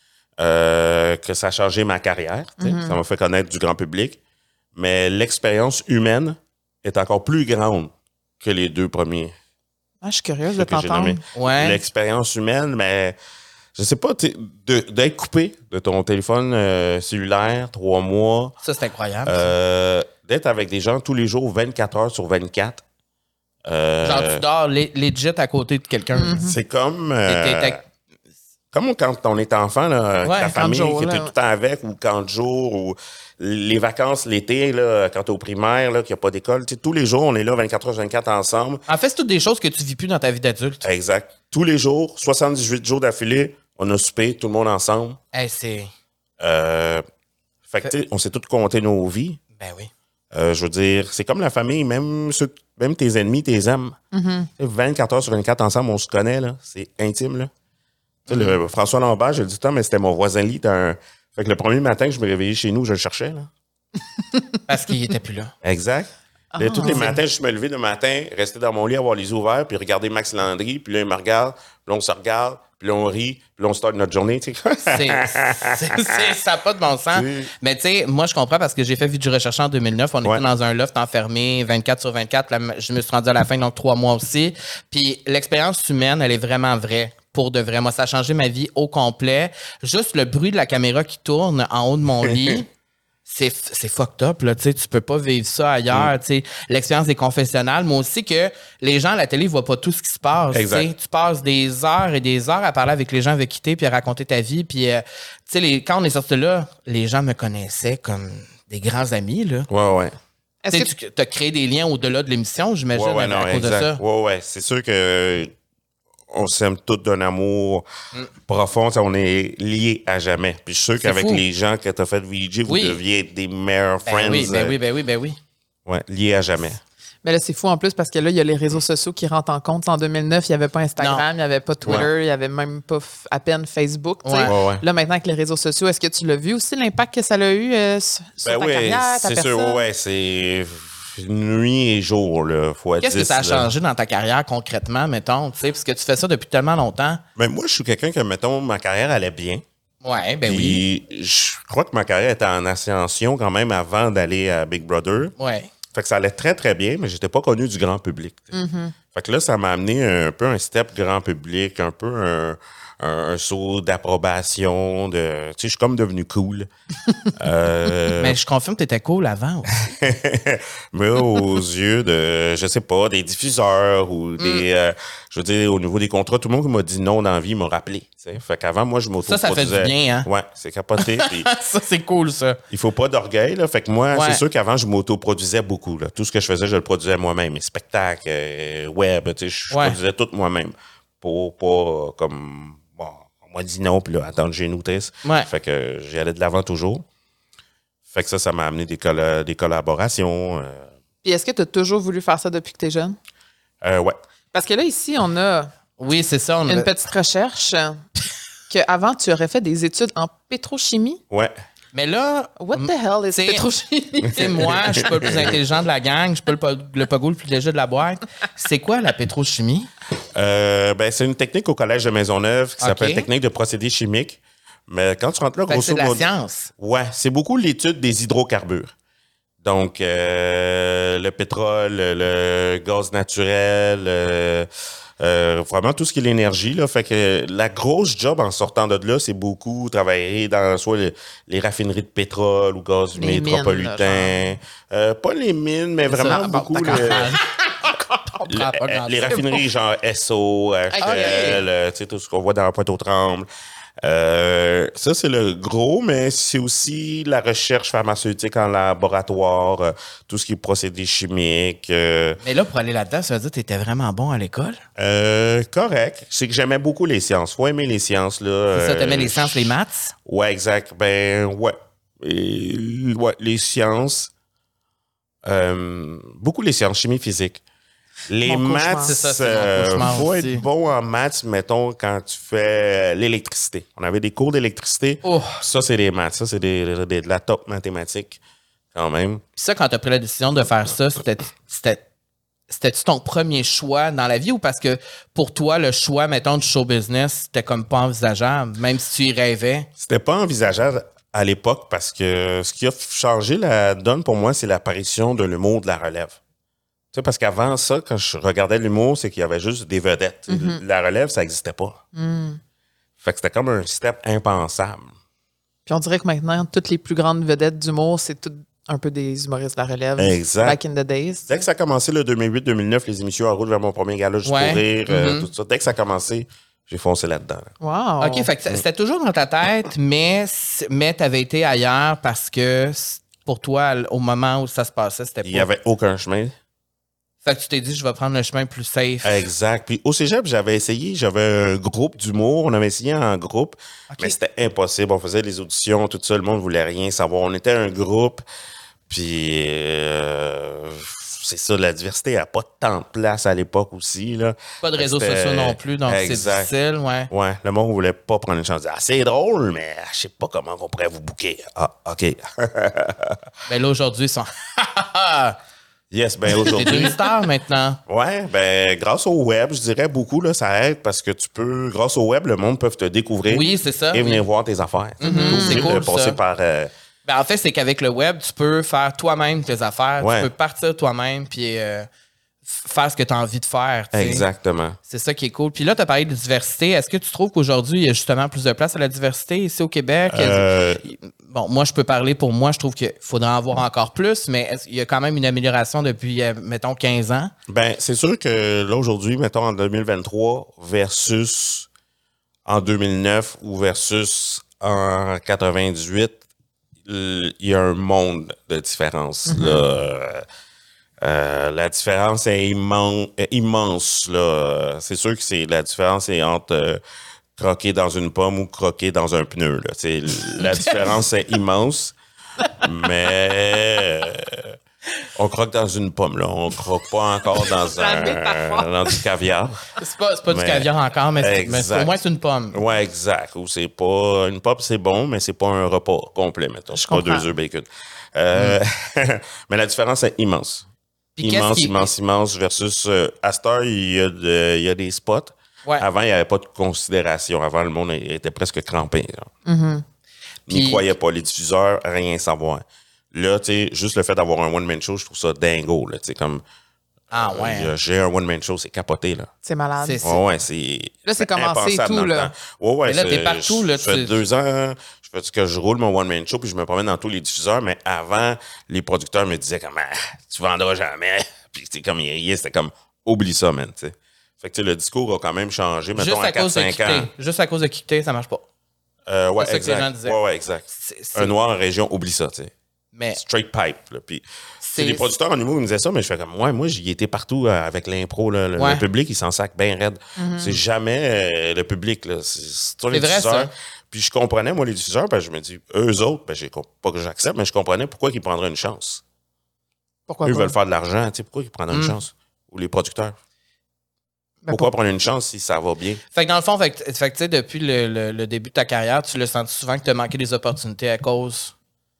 euh, que ça a changé ma carrière, tu sais, ça m'a fait connaître du grand public, mais l'expérience humaine est encore plus grande que les deux premiers Ah, je suis curieuse de que j'ai t'entendre. nommés. Ouais. L'expérience humaine, mais je sais pas, tu sais, de- d'être coupé de ton téléphone euh, cellulaire trois mois, Ça, c'est incroyable. euh, d'être avec des gens tous les jours vingt-quatre heures sur vingt-quatre. euh, Genre, tu dors lé- legit à côté de quelqu'un. C'est comme, Et euh, t'es- t'es- comme quand on est enfant, là, avec Ouais, ta camp de famille, jour, que là. t'es tout le temps avec, ou camp de jour, ou les vacances l'été, là, quand t'es au primaire, là, qu'il n'y a pas d'école. Tu sais, tous les jours, on est là vingt-quatre heures sur vingt-quatre ensemble. En fait, c'est toutes des choses que tu vis plus dans ta vie d'adulte. Exact. Tous les jours, soixante-dix-huit jours d'affilée, on a soupé, tout le monde ensemble. Hey, c'est... Euh, fait que, tu sais, on s'est tous compté nos vies. Ben oui. Euh, je veux dire, c'est comme la famille, même ceux, même tes ennemis, tes aimes. Mm-hmm. Tu sais, vingt-quatre heures sur vingt-quatre ensemble, on se connaît, là. C'est intime, là. Tu sais, le, François Lambert, je le dis tant, mais c'était mon voisin lit. C'était un... Fait que le premier matin que je me réveillais chez nous, je le cherchais, là. Parce qu'il était plus là. Exact. Là, tous les matins, je me levais le matin, rester dans mon lit, avoir les yeux ouverts, puis regarder Max Landry, puis là, il me regarde, puis là, on se regarde, puis là, on rit, puis là, on start notre journée, tu sais. C'est, c'est- c'est- ça n'a pas de bon sens. Oui. Mais tu sais, moi, je comprends parce que j'ai fait Vie du recherchant en deux mille neuf. On Ouais. était dans un loft enfermé vingt-quatre sur vingt-quatre. Là, je me suis rendu à la fin, donc trois mois aussi. Puis l'expérience humaine, elle est vraiment vraie. Pour de vrai. Moi, ça a changé ma vie au complet. Juste le bruit de la caméra qui tourne en haut de mon lit. C'est, c'est fucked up, là, tu sais, tu peux pas vivre ça ailleurs, tu sais, l'expérience des confessionnals, mais aussi que les gens à la télé voient pas tout ce qui se passe, tu Exact. sais, tu passes des heures et des heures à parler avec les gens avec qui t'es, puis à raconter ta vie, puis, euh, tu sais, les- quand on est sorti là, les gens me connaissaient comme des grands amis, là. Ouais, ouais. Est-ce Tu que sais, tu as créé des liens au-delà de l'émission, j'imagine, Ouais, ouais, à non, cause de ça. exact. Ouais, ouais. C'est sûr que euh, on s'aime tous d'un amour Mm. profond. Tu sais, on est liés à jamais. Puis je suis sûr qu'avec fou. les gens que tu as fait V J, vous Oui. deviez être des meilleurs Ben friends. oui, ben euh, oui, ben oui, ben oui. Ouais, liés à jamais. Mais là, c'est fou en plus parce que là, il y a les réseaux sociaux qui rentrent en compte. En deux mille neuf, il n'y avait pas Instagram, Non. il n'y avait pas Twitter, Ouais. il n'y avait même pas f- à peine Facebook. tu sais. Ouais. Ouais, ouais. Là, maintenant, avec les réseaux sociaux, est-ce que tu l'as vu aussi, l'impact que ça a eu euh, sur sur Ben ta oui, carrière, ta c'est personne? sûr. Ouais, c'est nuit et jour, là. Fois Qu'est-ce que dix, ça a là. changé dans ta carrière concrètement, mettons, tu sais, parce que tu fais ça depuis tellement longtemps. Mais moi, je suis quelqu'un que, mettons, ma carrière allait bien. Ouais, ben oui. Puis je crois que ma carrière était en ascension quand même avant d'aller à Big Brother. Ouais. Fait que ça allait très, très bien, mais j'étais pas connu du grand public. Mm-hmm. Fait que là, ça m'a amené un peu un step grand public, un peu un, un, un saut d'approbation. De, tu sais, je suis comme devenu cool. euh, mais je confirme que t'étais cool avant aussi. mais aux yeux de, je sais pas, des diffuseurs ou des... Mm. Euh, je veux dire, au niveau des contrats, tout le monde qui m'a dit non dans la vie m'a rappelé. T'sais. Fait qu'avant, moi, je m'auto-produisais. Ça, ça fait du bien, hein? Ouais, c'est capoté. Puis ça, c'est cool, ça. Il faut pas d'orgueil, là. Fait que moi, ouais. c'est sûr qu'avant, je m'auto-produisais beaucoup, là. Tout ce que je faisais, je le produisais moi-même. Mes spectacles, euh, web, tu sais, je ouais. produisais tout moi-même. Pour pas, comme, bon, on m'a dit non, puis là, attendre, j'ai une outrice. Ouais. Fait que j'y allais de l'avant toujours. Fait que ça, ça m'a amené des, colla- des collaborations. Euh... Puis est-ce que tu as toujours voulu faire ça depuis que tu es jeune? Euh, ouais. Parce que là, ici, on a... Oui, c'est ça. On une a... petite recherche qu'avant, tu aurais fait des études en pétrochimie. Ouais. Mais là... What the hell is pétrochimie? Tu sais, moi, je suis pas le plus intelligent de la gang, je suis pas le, le pogo le plus léger de la boîte. C'est quoi la pétrochimie? Euh, ben, c'est une technique au Collège de Maisonneuve qui okay. s'appelle technique de procédés chimiques. Mais quand tu rentres là, grosso modo... C'est de la science. Ouais, c'est beaucoup l'étude des hydrocarbures. Donc, euh, le pétrole, le gaz naturel, euh, euh, vraiment tout ce qui est l'énergie. Là, fait que la grosse job en sortant de là, c'est beaucoup travailler dans soit les, les raffineries de pétrole ou gaz les métropolitain. Mines, euh, pas les mines, mais c'est vraiment ça, beaucoup... Bon, le, le, les raffineries genre S O, H L, okay. tu sais, tout ce qu'on voit dans la Pointe-aux-Trembles. Euh, ça, c'est le gros, mais c'est aussi la recherche pharmaceutique en laboratoire, euh, tout ce qui est procédés chimiques. Euh, mais là, pour aller là-dedans, ça veut dire que tu étais vraiment bon à l'école? Euh, correct. C'est que j'aimais beaucoup les sciences. Faut aimer les sciences, là. C'est ça, t'aimais euh, les sciences, les maths? Ouais, exact. Ben, ouais. Et, ouais, les sciences. Euh, beaucoup les sciences, chimie, physique. Les Mon maths, ça, euh, faut être bon en maths, mettons, quand tu fais l'électricité. On avait des cours d'électricité. Oh. Ça, c'est des maths. Ça, c'est des, des, de la top mathématique, quand même. Puis ça, quand tu as pris la décision de faire ça, c'était, c'était, c'était-tu ton premier choix dans la vie ou parce que pour toi, le choix, mettons, du show business, c'était comme pas envisageable, même si tu y rêvais? C'était pas envisageable à l'époque parce que ce qui a changé la donne pour moi, c'est l'apparition de l'humour de la relève. Tu sais, parce qu'avant ça, quand je regardais l'humour, c'est qu'il y avait juste des vedettes. Mm-hmm. La relève, ça n'existait pas. Mm. Fait que c'était comme un step impensable. Puis on dirait que maintenant, toutes les plus grandes vedettes d'humour, c'est tout un peu des humoristes de la relève. Exact. Back in the days. Dès que ça a commencé, le deux mille huit deux mille neuf, les émissions en route vers mon premier gala juste ouais. pour rire, mm-hmm. euh, tout ça. Dès que ça a commencé, j'ai foncé là-dedans. Là. Wow. OK, fait que c'était toujours dans ta tête, mais, mais tu avais été ailleurs parce que pour toi, au moment où ça se passait, c'était pas... Il n'y avait aucun chemin. Fait que tu t'es dit, je vais prendre le chemin plus safe. Exact. Puis au cégep, j'avais essayé, j'avais un groupe d'humour, on avait essayé en groupe, okay. mais c'était impossible. On faisait les auditions, tout ça, le monde voulait rien savoir. On était un groupe, puis euh, c'est ça, la diversité n'a pas tant de place à l'époque aussi. Là. Pas de réseaux c'était... sociaux non plus, donc exact. C'est difficile, ouais. Ouais, le monde voulait pas prendre une chance. Ah, c'est drôle, mais je sais pas comment on pourrait vous booker. Ah, OK. Ben là, aujourd'hui, ils sont... Yes, ben aujourd'hui. T'es une star maintenant. Ouais, ben grâce au web, je dirais beaucoup, là, ça aide parce que tu peux, grâce au web, le monde peut te découvrir. Oui, c'est ça. Et oui. venir voir tes affaires. Mm-hmm, c'est cool, de passer ça. par. Euh... Ben, en fait, c'est qu'avec le web, tu peux faire toi-même tes affaires. Ouais. Tu peux partir toi-même puis euh, faire ce que tu as envie de faire. T'sais. Exactement. C'est ça qui est cool. Puis là, tu as parlé de diversité. Est-ce que tu trouves qu'aujourd'hui, il y a justement plus de place à la diversité ici au Québec? Euh... Bon, moi, je peux parler pour moi. Je trouve qu'il faudrait en avoir encore plus, mais il y a quand même une amélioration depuis, mettons, quinze ans. Ben, c'est sûr que là, aujourd'hui, mettons, en deux mille vingt-trois versus en deux mille neuf ou versus en quatre-vingt-dix-huit, il y a un monde de différence. Mm-hmm. Là. Euh, la différence est immense. immense là. C'est sûr que c'est la différence est entre... Euh, croquer dans une pomme ou croquer dans un pneu. Là. La différence est immense, mais euh, on croque dans une pomme. Là. On croque pas encore dans, un, dans du caviar. C'est pas, c'est pas mais, du caviar encore, mais, c'est, mais c'est, au moins c'est une pomme. Oui, exact. Ou c'est pas, une pomme, c'est bon, mais c'est pas un repas complet, mettons. C'est pas deux œufs bacon. Euh, mm. Mais la différence est immense. Puis immense, qui... immense, immense versus euh, à cette heure, il y a, de, il y a des spots. Ouais. Avant, il n'y avait pas de considération. Avant, le monde était presque crampé. Mm-hmm. Ils n'y croyaient pas. Les diffuseurs, rien savoir. Là, tu sais, juste le fait d'avoir un one-man show, je trouve ça dingo, là, tu sais, comme... Ah ouais. Euh, j'ai un one-man show, c'est capoté, là. C'est malade. C'est- Ouais, ouais, c'est... Là, c'est commencé impensable tout, dans le là. temps. Ouais, ouais, Mais là, c'est- t'es partout, là, Je fais tu- deux ans, je fais que je roule mon one-man show, puis je me promène dans tous les diffuseurs, mais avant, les producteurs me disaient comme, ah, tu vendras jamais. Puis c'était comme, yeah, c'était comme, oublie ça, man, tu sais. Fait que, tu sais, le discours a quand même changé, mettons, Juste à à cause de quatre cinq ans. quitter. Juste à cause de quitter, ça marche pas. Euh, ouais, C'est ça que les gens exact. disaient. Ouais, ouais, exact. C'est- c'est- Un noir en région, oublie ça, tu sais. Mais Straight pipe, là. Puis, c'est C'est- les producteurs en humour qui me disaient ça, mais je fais comme, ouais, moi, j'y étais partout euh, avec l'impro, là. Le, Ouais. le public, il s'en sac bien raide. C'est jamais euh, le public, là. C'est, c'est toujours les C'est vrai, diffuseurs. ça. Puis je comprenais, moi, les diffuseurs, parce que je me dis, eux autres, ben, j'ai, pas que j'accepte, mais je comprenais pourquoi ils prendraient une chance. Pourquoi Eux pas? veulent faire de l'argent, tu sais, pourquoi ils prendraient une Mm. chance? Ou les producteurs. Ben, Pourquoi pour- prendre une chance si ça va bien? Fait que dans le fond, fait que, fait que, tu sais, depuis le, le- le début de ta carrière, tu l'as senti souvent que tu as manqué des opportunités à cause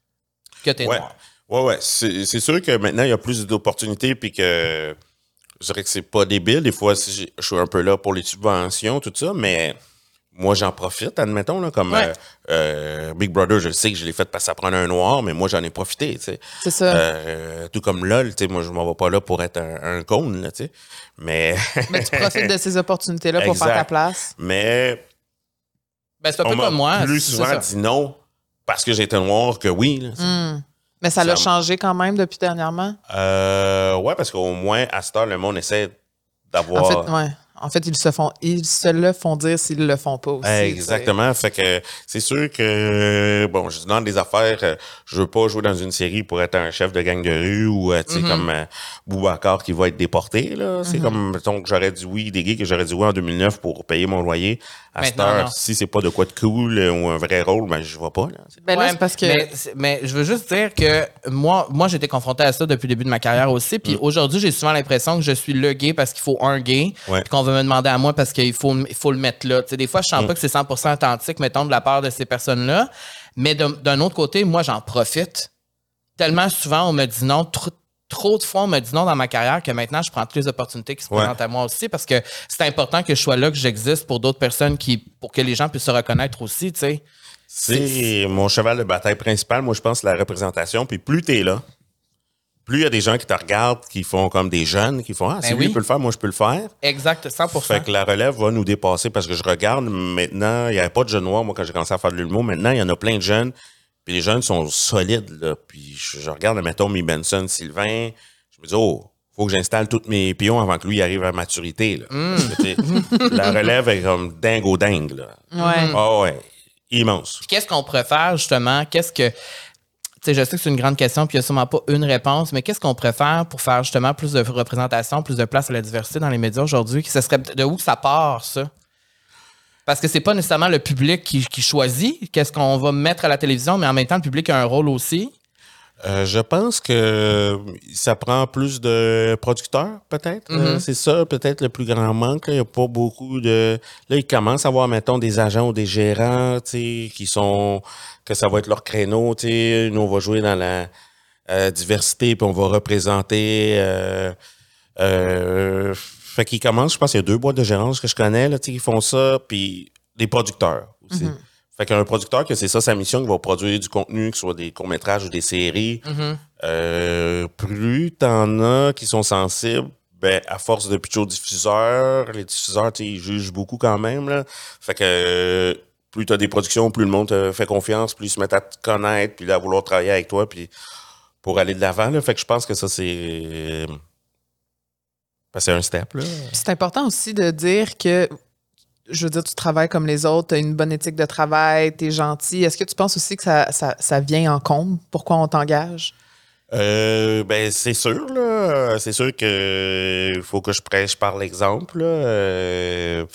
que tu es Ouais. noir. Ouais, ouais. C'est, c'est sûr que maintenant, il y a plus d'opportunités, puis que je dirais que c'est pas débile. Des fois, si j'ai- je suis un peu là pour les subventions, tout ça, mais moi, j'en profite, admettons, là, comme Ouais. euh, euh, Big Brother, je le sais que je l'ai fait parce que ça prend un noir, mais moi, j'en ai profité, tu sais. C'est ça. Euh, tout comme LOL, tu sais, moi, je m'en vais pas là pour être un, un cône, là, tu sais. Mais, Mais tu profites de ces opportunités-là pour Exact. faire ta place. mais Ben, c'est un on peu m'a comme moi. plus c'est souvent ça. dit non parce que j'étais noir que oui, là, tu sais. Hmm. Mais ça l'a Ça- changé quand même depuis dernièrement. Euh, ouais, parce qu'au moins, à cette heure, le monde essaie d'avoir... En fait, ouais. En fait, ils se font, ils se le font dire s'ils le font pas aussi. Exactement. Fait que c'est sûr que, bon, je demande des affaires, euh, je veux pas jouer dans une série pour être un chef de gang de rue ou, euh, tu sais, Mm-hmm. comme euh, Boubacar qui va être déporté, là. C'est comme, mettons que j'aurais dit oui, des gigs que j'aurais dit oui en deux mille neuf pour payer mon loyer. À cette Maintenant, heure, non. si c'est pas de quoi de cool euh, ou un vrai rôle, ben, je vois pas, là. Ben là, Ouais, c'est parce que. mais, c'est- mais je veux juste dire que moi, moi j'étais confronté à ça depuis le début de ma carrière aussi. Puis aujourd'hui, j'ai souvent l'impression que je suis le gay parce qu'il faut un gay. Ouais. Puis qu'on veut me demander à moi parce qu'il faut, il faut le mettre là. Tu sais, des fois, je sens pas que c'est cent pour cent authentique, mettons, de la part de ces personnes-là. Mais de- d'un autre côté, moi, j'en profite. Tellement souvent, on me dit non. Trop, trop de fois, on me dit non dans ma carrière que maintenant, je prends toutes les opportunités qui se Ouais. présentent à moi aussi parce que c'est important que je sois là, que j'existe pour d'autres personnes qui, pour que les gens puissent se reconnaître aussi, tu sais. C'est mon cheval de bataille principal, moi, je pense, la représentation. Puis plus t'es là, plus il y a des gens qui te regardent, qui font comme des jeunes, qui font, ah, si Ben lui oui. peut le faire, moi, je peux le faire. Exact, cent pour cent. Fait que la relève va nous dépasser parce que je regarde maintenant, il n'y avait pas de jeunes noirs, moi, quand j'ai commencé à faire de l'humour. Maintenant, il y en a plein de jeunes. Puis les jeunes sont solides, là. Puis je, je regarde, mettons, Mi Benson, Sylvain. Je me dis, oh, faut que j'installe tous mes pions avant que lui arrive à maturité, là. Parce que, tu sais, la relève est comme dingo dingue, là. Ouais. Ah ouais. Immense. Puis qu'est-ce qu'on préfère, justement? Qu'est-ce que. Tu sais, je sais que c'est une grande question, puis il n'y a sûrement pas une réponse, mais qu'est-ce qu'on préfère pour faire justement plus de représentation, plus de place à la diversité dans les médias aujourd'hui? Ce serait de où que ça part, ça? Parce que c'est pas nécessairement le public qui, qui choisit qu'est-ce qu'on va mettre à la télévision, mais en même temps, le public a un rôle aussi. Euh, je pense que ça prend plus de producteurs, peut-être. Euh, c'est ça, peut-être le plus grand manque. là. Il n'y a pas beaucoup de... Là, ils commencent à avoir, mettons, des agents ou des gérants, tu sais, qui sont... que ça va être leur créneau, tu sais. Nous, on va jouer dans la euh, diversité, puis on va représenter... Euh, euh, fait qu'ils commencent, je pense qu'il y a deux boîtes de gérance que je connais, là, tu sais, qui font ça, puis des producteurs aussi. Fait qu'un producteur, que c'est ça sa mission, qui va produire du contenu, que ce soit des courts-métrages ou des séries, euh, plus t'en as qui sont sensibles, ben, à force de pitcher aux diffuseurs, les diffuseurs, tu sais, ils jugent beaucoup quand même, là. Fait que euh, plus t'as des productions, plus le monde te fait confiance, plus ils se mettent à te connaître, puis là, à vouloir travailler avec toi, puis pour aller de l'avant, là. Fait que je pense que ça, c'est... Ben, c'est un step, là. Puis c'est important aussi de dire que, je veux dire, tu travailles comme les autres, tu as une bonne éthique de travail, tu es gentil. Est-ce que tu penses aussi que ça, ça, ça vient en compte? Pourquoi on t'engage? Euh, ben, c'est sûr, là. C'est sûr que il faut que je prêche par l'exemple, là. Euh,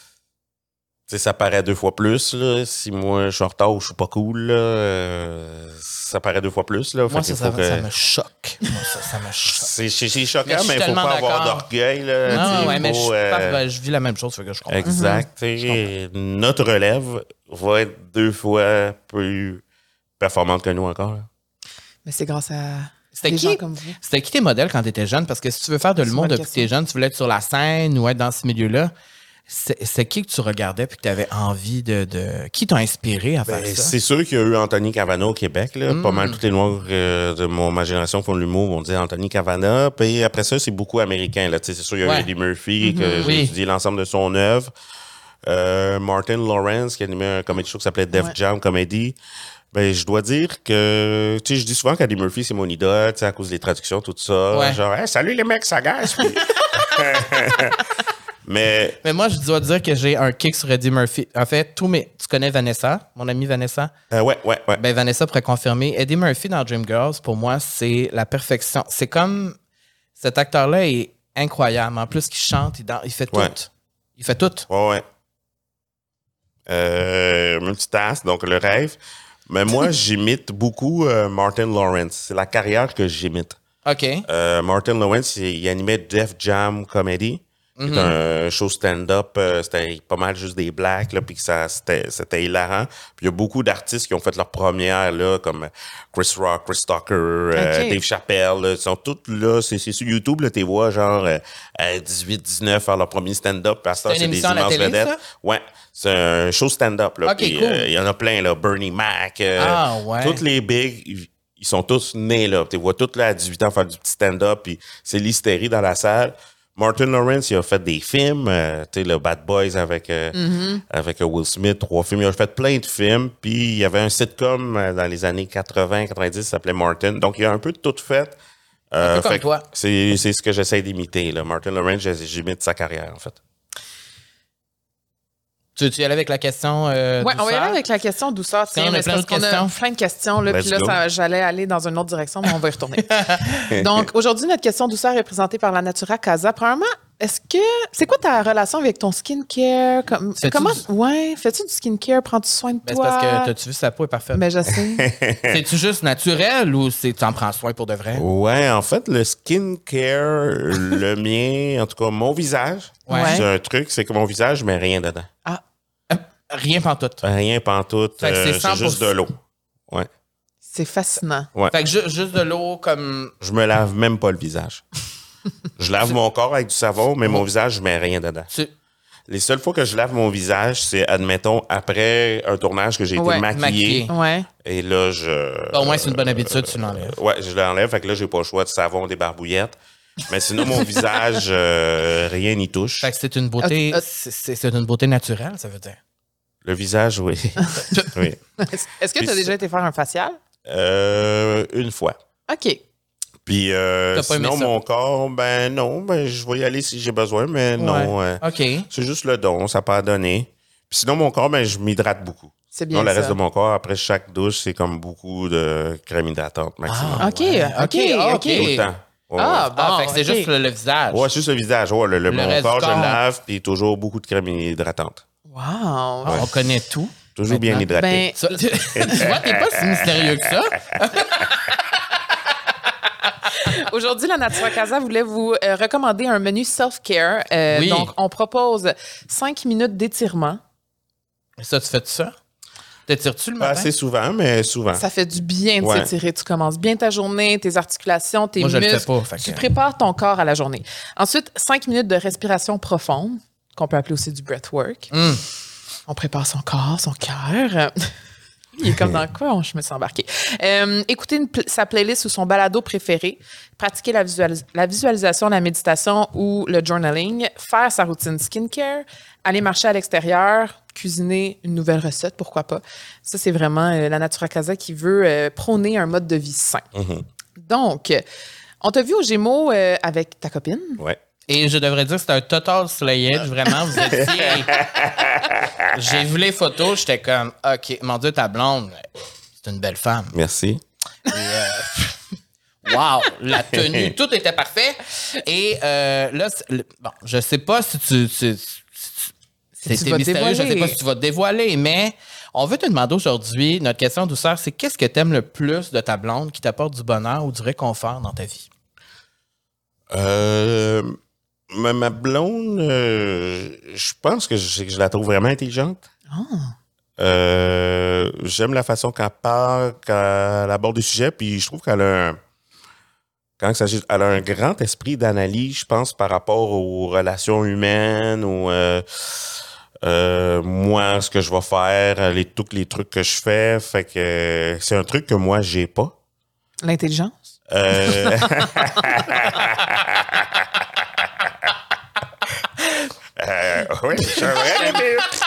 tu sais, ça paraît deux fois plus, là. Si moi, je suis en retard ou je suis pas cool, là, euh, ça paraît deux fois plus, là. Moi, Fait ça, qu'il faut ça, que- ça me choque. Moi, ça, ça me choque. C'est, c'est, c'est Mais choquant, je suis mais il faut tellement pas avoir d'accord. d'orgueil, là. Non, Tu sais, ouais, mais faut, je, euh, parce que je vis la même chose, fait que je comprends. Exact. tu sais, Notre relève va être deux fois plus performante que nous encore, là. Mais c'est grâce à C'était des qui? gens comme vous. C'était qui tes modèles quand tu étais jeune? Parce que si tu veux faire de C'est une l'humour bonne depuis que tu es jeune, tu voulais être sur la scène ou être dans ce milieu-là. c'est, c'est qui que tu regardais puis que tu avais envie de, de... Qui t'a inspiré à faire Ben, ça? c'est sûr qu'il y a eu Anthony Cavana au Québec. Là. Mm. Pas mal tous les Noirs euh, de mon, ma génération font de l'humour vont dire Anthony Cavana. Puis après ça, c'est beaucoup américain. Là. C'est sûr, il y a Ouais. eu Eddie Murphy, Mm-hmm. que j'ai Oui. étudié l'ensemble de son œuvre. Euh, Martin Lawrence, qui animait un comedy show qui s'appelait Def Ouais. Jam Comedy. Ben, je dois dire que, tu sais, je dis souvent qu'Eddie Murphy, c'est mon idole, tu sais, à cause des traductions, tout ça. Ouais. Genre, hey, salut les mecs, ça gasse. Puis- Mais, Mais moi, je dois dire que j'ai un kick sur Eddie Murphy. En fait, tous mes... Tu connais Vanessa, mon amie Vanessa? euh, ouais, ouais, ouais. Ben, Vanessa pourrait confirmer. Eddie Murphy dans Dreamgirls, pour moi, c'est la perfection. C'est comme... Cet acteur-là est incroyable. En plus qu'il chante, il, dan- il fait tout. Ouais. Il fait tout. Ouais, ouais. Euh, multitask, donc le rêve. Mais moi, j'imite beaucoup euh, Martin Lawrence. C'est la carrière que j'imite. OK. Euh, Martin Lawrence, il, il animait Def Jam Comedy. Mhm. C'est un show stand-up. euh, c'était pas mal juste des blagues, là, puis que ça, c'était, c'était hilarant. Puis il y a beaucoup d'artistes qui ont fait leur première, là, comme Chris Rock, Chris Tucker, euh, Ok. Dave Chappelle. Là, ils sont tous là. C'est, c'est sur YouTube, là, tu vois, genre euh, à dix-huit, dix-neuf, faire leur premier stand-up. Puis à ça, C'est une c'est des émission à la immenses télé, vedettes. ça? Ouais. C'est un show stand-up, là. Ok, Puis, cool. euh, il y en a plein, là. Bernie Mac. euh, Ah, ouais. Toutes les bigs, ils, ils sont tous nés, là. Tu vois tous là à dix-huit ans faire du petit stand-up, puis c'est l'hystérie dans la salle. Martin Lawrence, il a fait des films, euh, tu sais, le Bad Boys avec, euh, Mm-hmm. avec euh, Will Smith, trois films. Il a fait plein de films, puis il y avait un sitcom euh, dans les années quatre-vingts quatre-vingt-dix qui s'appelait Martin. Donc, il a un peu de tout fait. Euh, Un peu comme fait que toi. C'est, c'est ce que j'essaie d'imiter, là. Martin Lawrence, j'ai- j'imite sa carrière, en fait. Tu, tu y allais avec la question euh, Ouais, on va y douceur? aller avec la question douceur. qu'on Tiens, a mais c'est plein parce d'autres qu'on a questions. plein de questions. Là, Let's puis là, go. ça- j'allais aller dans une autre direction, mais on va y retourner. Donc, aujourd'hui, notre question douceur est présentée par la Natura Casa. Premièrement, est-ce que. C'est quoi ta relation avec ton skincare? Comme, Fais-tu comment. du- Ouais, fais-tu du skincare? Prends-tu soin de Ben, c'est toi? parce que t'as-tu vu, sa peau est parfaite. Ben, je sais. C'est-tu juste naturel ou c'est tu en prends soin pour de vrai? Ouais, en fait, le skincare, le mien, en tout cas, mon visage, Ouais. c'est un truc, c'est que mon visage, je mets rien dedans. Ah, Rien pantoute. Rien pantoute, Fait que c'est euh, cent c'est juste de l'eau. Ouais. c'est fascinant. Ouais. Fait que ju- juste de l'eau comme... Je me lave même pas le visage. Je lave mon corps avec du savon, mais mon visage, je mets rien dedans. Tu... Les seules fois que je lave mon visage, c'est, admettons, après un tournage que j'ai Ouais, été maquillé. maquillé. Ouais. Et là, je... Au moins, c'est une bonne habitude, tu l'enlèves. Ouais, je l'enlève. Fait que là, j'ai pas le choix de savon, des barbouillettes. Mais sinon, mon visage, euh, rien n'y touche. Fait que c'est une beauté... Ah, ah. c'est- C'est c'est une beauté naturelle, ça veut dire. Le visage, oui. oui. Est-ce que Puis tu as c'est- déjà été faire un facial? Euh, une fois. OK. Puis euh, T'as pas aimé sinon, ça? mon corps, ben non, ben je vais y aller si j'ai besoin, mais non. euh, OK. c'est juste le don, ça n'a pas à donner. Puis sinon, mon corps, ben je m'hydrate beaucoup. C'est bien Non, le ça. reste de mon corps, après chaque douche, c'est comme beaucoup de crème hydratante maximum. Ah, OK, ouais. OK, OK, OK. Tout le temps. Ouais, Ah, Ah, bon, fait que c'est OK. juste le, le visage. ouais. Ouais, c'est juste le visage. Ouais, le, le- Le mon reste corps, du je corps. le lave, puis toujours beaucoup de crème hydratante. Wow. Ah, on connaît tout. Toujours bien Maintenant. hydraté. Ben, Ça, tu vois, t'es pas si mystérieux que ça. aujourd'hui, la Natura Casa voulait vous euh, recommander un menu self-care. Euh, Oui. Donc, on propose cinq minutes d'étirement. Ça, tu fais de ça? T'étires-tu le Pas matin? assez souvent, mais souvent. Ça fait du bien de Ouais. s'étirer. Tu commences bien ta journée, tes articulations, tes Moi, je le muscles. fais pas, fait Tu que- prépares ton corps à la journée. Ensuite, cinq minutes de respiration profonde, qu'on peut appeler aussi du breathwork. Hum. On prépare son corps, son cœur. Il est comme dans quoi je me suis embarquée. Euh, écouter une pl- sa playlist ou son balado préféré, pratiquer la, visualis- la visualisation, la méditation ou le journaling, faire sa routine skincare, aller marcher à l'extérieur, cuisiner une nouvelle recette, pourquoi pas. Ça, c'est vraiment euh, la Natura Casa qui veut euh, prôner un mode de vie sain. Mhm. Donc, on t'a vu au Gémeaux euh, avec ta copine. Ouais. Et je devrais dire que c'était un total slayage, vraiment. Vous étiez... J'ai vu les photos, j'étais comme, OK, mon Dieu, ta blonde, c'est une belle femme. Merci. Et, euh, wow, la tenue, tout était parfait. Et euh, là, c'est- le- bon, je sais pas si tu... si- si- Si tu C'était vas mystérieux, je sais dévoiler. pas si tu vas te dévoiler, mais on veut te demander aujourd'hui, notre question douceur, c'est qu'est-ce que tu aimes le plus de ta blonde qui t'apporte du bonheur ou du réconfort dans ta vie? Euh, ma, ma blonde, euh, je pense que je, que je la trouve vraiment intelligente. Euh, j'aime la façon qu'elle parle, qu'elle aborde des sujets, puis je trouve qu'elle a un, quand il s'agit, elle a un grand esprit d'analyse, je pense, par rapport aux relations humaines, ou euh, euh, moi, ce que je vais faire, les, tous les trucs que je fais. Fait que euh, c'est un truc que moi, j'ai pas. L'intelligence? Euh... euh, oui, c'est un vrai limite.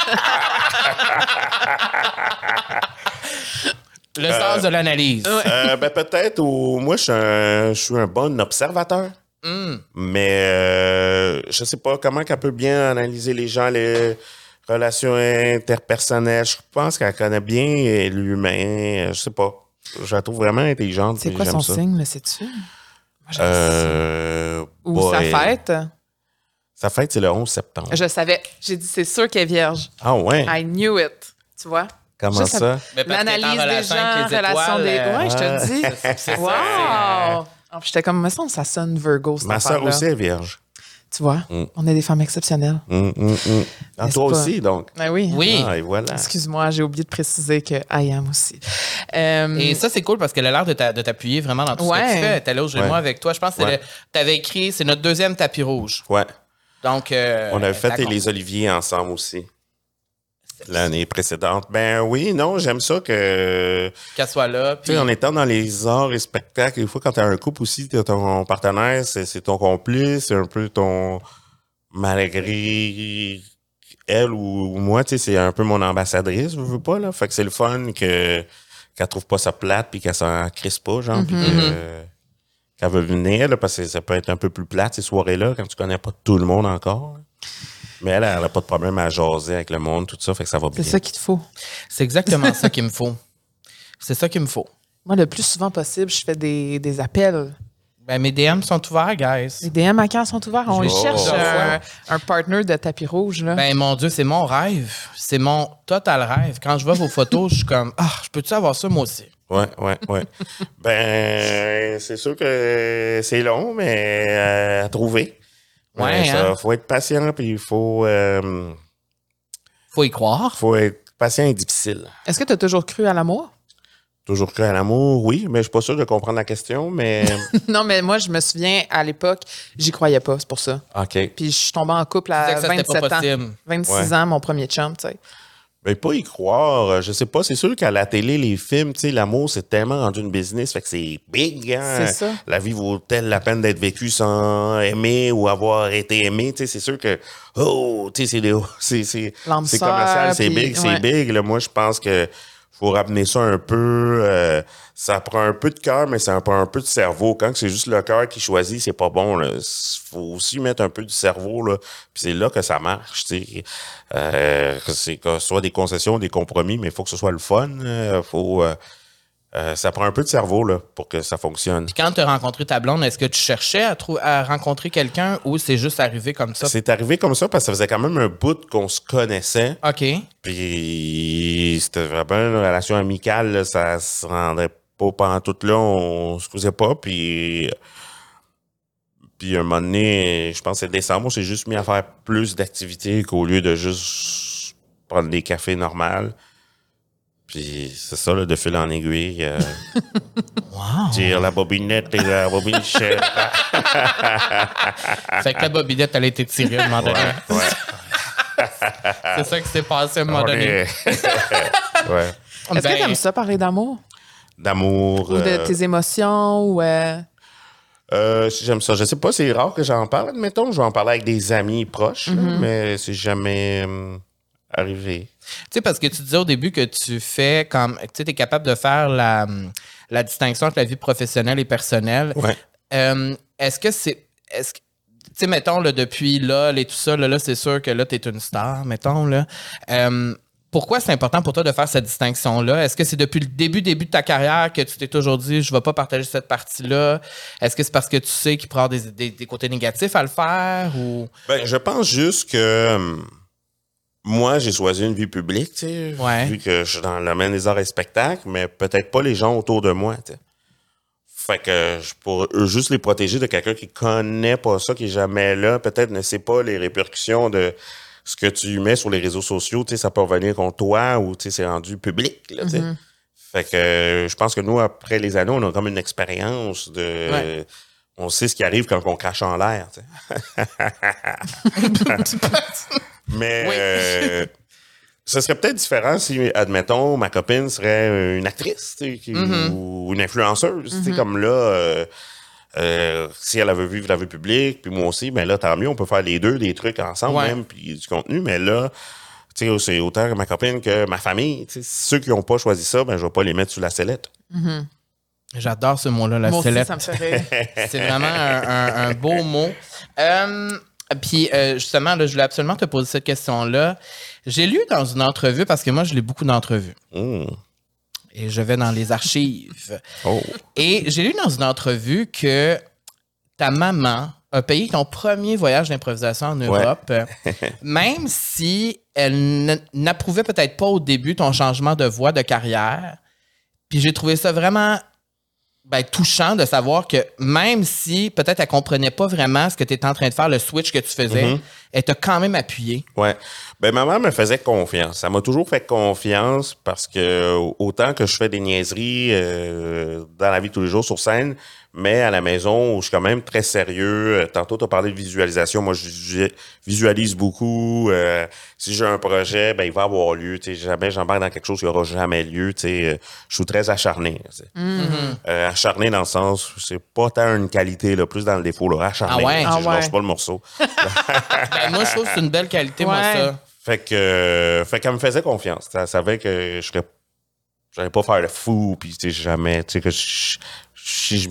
Le sens de l'analyse. Euh, ben peut-être, ou moi, je suis un, je suis un bon observateur. Mm. Mais euh, je sais pas comment qu'elle peut bien analyser les gens, les relations interpersonnelles. Je pense qu'elle connaît bien l'humain. Je sais pas. Je la trouve vraiment intelligente. C'est quoi son ça. signe, le sais-tu? Moi, je Euh, Ou boy. sa fête? Sa fête, c'est le onze septembre. Je savais. J'ai dit, c'est sûr qu'elle est vierge. Ah ouais? I knew it. Tu vois? Comment Juste ça? Mais parce qu'elle est en L'analyse des relation gens, avec les relation étoiles, des... euh, Ouais, je te ah. le dis. C'est- c'est ça, Wow! c'est, Ah, puis J'étais comme, me semble, ça sonne Virgo, cette Ma soeur affaire-là. aussi est vierge. Tu vois? Mm. On est des femmes exceptionnelles. Hum, hum, hum. Ah, N'est-ce toi pas? aussi, donc. Ben oui. Oui. Ah, et voilà. Excuse-moi, j'ai oublié de préciser que I am aussi. Euh, Et ça, c'est cool parce qu'elle a l'air de t'a- de t'appuyer vraiment dans tout ce que Ouais. tu fais. T'es là au Gémeaux Ouais. avec toi. Je pense que Ouais. tu avais écrit, c'est notre deuxième tapis rouge. Ouais. Donc, euh, On avait fait d'accord. les Oliviers ensemble aussi. L'année précédente. Ben oui, non, j'aime ça que... Qu'elle soit là. Tu Puis, sais, en étant dans les arts et spectacles, des fois, quand t'as un couple aussi, t'as ton partenaire, c'est, c'est ton complice, c'est un peu ton... Malgré elle ou moi, tu sais, c'est un peu mon ambassadrice, je veux pas, là. Fait que c'est le fun que qu'elle trouve pas ça plate puis qu'elle s'en crisse pas, genre, puis que- qu'elle veut venir, là, parce que ça peut être un peu plus plate, ces soirées-là, quand tu connais pas tout le monde encore. Mais elle, elle a pas de problème à jaser avec le monde, tout ça, fait que ça va bien. c'est ça qu'il te faut. c'est exactement ça qu'il me faut. C'est ça qu'il me faut. Moi, le plus souvent possible, je fais des, des appels. Ben, mes D M sont ouverts, guys. Les D M à quand sont ouverts? On Oh. cherche Plusieurs un, fois. un partner de tapis rouge. Là. Ben, mon Dieu, c'est mon rêve. C'est mon total rêve. Quand je vois vos photos, je suis comme, ah, je peux-tu avoir ça, moi aussi? Ouais, ouais, ouais. Ben, c'est sûr que c'est long, mais euh, à trouver. Ouais, ça, hein? faut être patient, puis il faut, euh, Faut y croire. faut être patient et difficile. Est-ce que tu as toujours cru à l'amour? Toujours cru à l'amour, oui, mais je suis pas sûr de comprendre la question, mais Non, mais moi, je me souviens, à l'époque, j'y croyais pas, c'est pour ça. OK. Puis je suis tombée en couple Tu disais à que ça, c'était pas vingt-sept ans. possible. vingt-six Ouais. ans, mon premier chum, tu sais. Ben, pas y croire, je sais pas, c'est sûr qu'à la télé, les films, tu sais, l'amour, c'est tellement rendu une business, fait que c'est big, hein. C'est ça. La vie vaut-elle la peine d'être vécue sans aimer ou avoir été aimé, tu sais, c'est sûr que, oh, tu sais, c'est, des- c'est, c'est, L'âme c'est sœur, commercial, c'est puis- big, c'est ouais. big, là. Moi, je pense que faut ramener ça un peu, euh, ça prend un peu de cœur, mais ça prend un peu de cerveau. Quand c'est juste le cœur qui choisit, c'est pas bon, là. Faut aussi mettre un peu du cerveau, là. Puis c'est là que ça marche, tu sais. Euh, que c'est que ce soit des concessions, des compromis, mais il faut que ce soit le fun. euh, faut, euh, euh, ça prend un peu de cerveau, là, pour que ça fonctionne. Puis quand tu as rencontré ta blonde, est-ce que tu cherchais à, trou- à rencontrer quelqu'un ou c'est juste arrivé comme ça? C'est arrivé comme ça parce que ça faisait quand même un bout qu'on se connaissait. OK. Puis c'était vraiment une relation amicale, là, ça se rendait pas pendant tout là, on se causait pas. Puis, puis un moment donné, je pense que c'est décembre, on s'est juste mis à faire plus d'activités qu'au lieu de juste prendre des cafés normaux. Puis c'est ça, là, de fil en aiguille. euh, Wow. Tire la bobinette et la bobinette. Fait que la bobinette, elle a été tirée à un moment donné. Ouais, ouais. C'est ça qui s'est passé à un moment On donné. est- ouais. Est-ce que Ben, tu aimes ça, parler d'amour? D'amour. Ou de euh, tes émotions? Ou euh, Euh, si j'aime ça. Je sais pas, c'est rare que j'en parle, admettons. Je vais en parler avec des amis proches, là, Mm-hmm. mais c'est jamais euh, arrivé. Tu sais, parce que tu disais au début que tu fais comme. Tu sais, tu es capable de faire la, la distinction entre la vie professionnelle et personnelle. Ouais. Euh, est-ce que c'est. Est-ce que. Tu sais, mettons, là, depuis là, et tout ça, là, là c'est sûr que là, tu es une star, mettons, là. Euh, pourquoi c'est important pour toi de faire cette distinction-là? Est-ce que c'est depuis le début, début de ta carrière que tu t'es toujours dit, je ne vais pas partager cette partie-là? Est-ce que c'est parce que tu sais qu'il pourrait y avoir des, des, des côtés négatifs à le faire? Ou... Ben, je pense juste que hum, moi, j'ai choisi une vie publique, tu sais, Ouais. vu que je suis dans le domaine des arts et spectacles, mais peut-être pas les gens autour de moi, tu sais. Fait que je pourrais eux, juste les protéger de quelqu'un qui connaît pas ça, qui est jamais là, peut-être ne sait pas les répercussions de ce que tu mets sur les réseaux sociaux, tu sais, ça peut revenir contre toi ou tu sais, c'est rendu public, là, tu sais. Fait que euh, je pense que nous, après les années, on a comme une expérience de Ouais. on sait ce qui arrive quand on crache en l'air. Mais Oui. euh, ce serait peut-être différent si, admettons, ma copine serait une actrice qui, mm-hmm. ou une influenceuse. Mm-hmm. Comme là, euh, euh, si elle avait vivre la vie publique, puis moi aussi, mais là, tant mieux, on peut faire les deux, des trucs ensemble ouais. même, puis du contenu. Mais là, c'est autant que ma copine que ma famille. T'sais, ceux qui n'ont pas choisi ça, ben, je ne vais pas les mettre sous la sellette. Mm-hmm. J'adore ce mot-là, la Moi sellette. Aussi, ça me fait rire. C'est vraiment un, un, un beau mot. Euh, Puis, euh, justement, là, je voulais absolument te poser cette question-là. J'ai lu dans une entrevue, parce que moi, je lis beaucoup d'entrevues. Mm. Et je vais dans les archives. Oh. Et j'ai lu dans une entrevue que ta maman a payé ton premier voyage d'improvisation en Europe, ouais. même si elle n'approuvait peut-être pas au début ton changement de voie de carrière. Puis j'ai trouvé ça vraiment ben, touchant de savoir que même si peut-être elle comprenait pas vraiment ce que tu étais en train de faire, le switch que tu faisais, mm-hmm. elle t'a quand même appuyé. Ouais. Ben, ma mère me faisait confiance. Ça m'a toujours fait confiance parce que autant que je fais des niaiseries euh, dans la vie de tous les jours sur scène, mais à la maison, où je suis quand même très sérieux. Tantôt, tu as parlé de visualisation. Moi, je visualise beaucoup. Euh, si j'ai un projet, ben il va avoir lieu. T'sais, jamais j'embarque dans quelque chose qui n'aura jamais lieu. T'sais, je suis très acharné. Mm-hmm. Euh, acharné dans le sens, c'est pas tant une qualité, là, plus dans le défaut. Là, acharné. Ah ouais? Là, Ah je ouais. lâche pas le morceau. Ben, moi, je trouve que c'est une belle qualité, ouais. moi, ça. Fait que, euh, fait qu'elle me faisait confiance. Elle savait que je serais, j'allais pas faire le fou, puis tu sais, jamais, tu sais, que je, si je,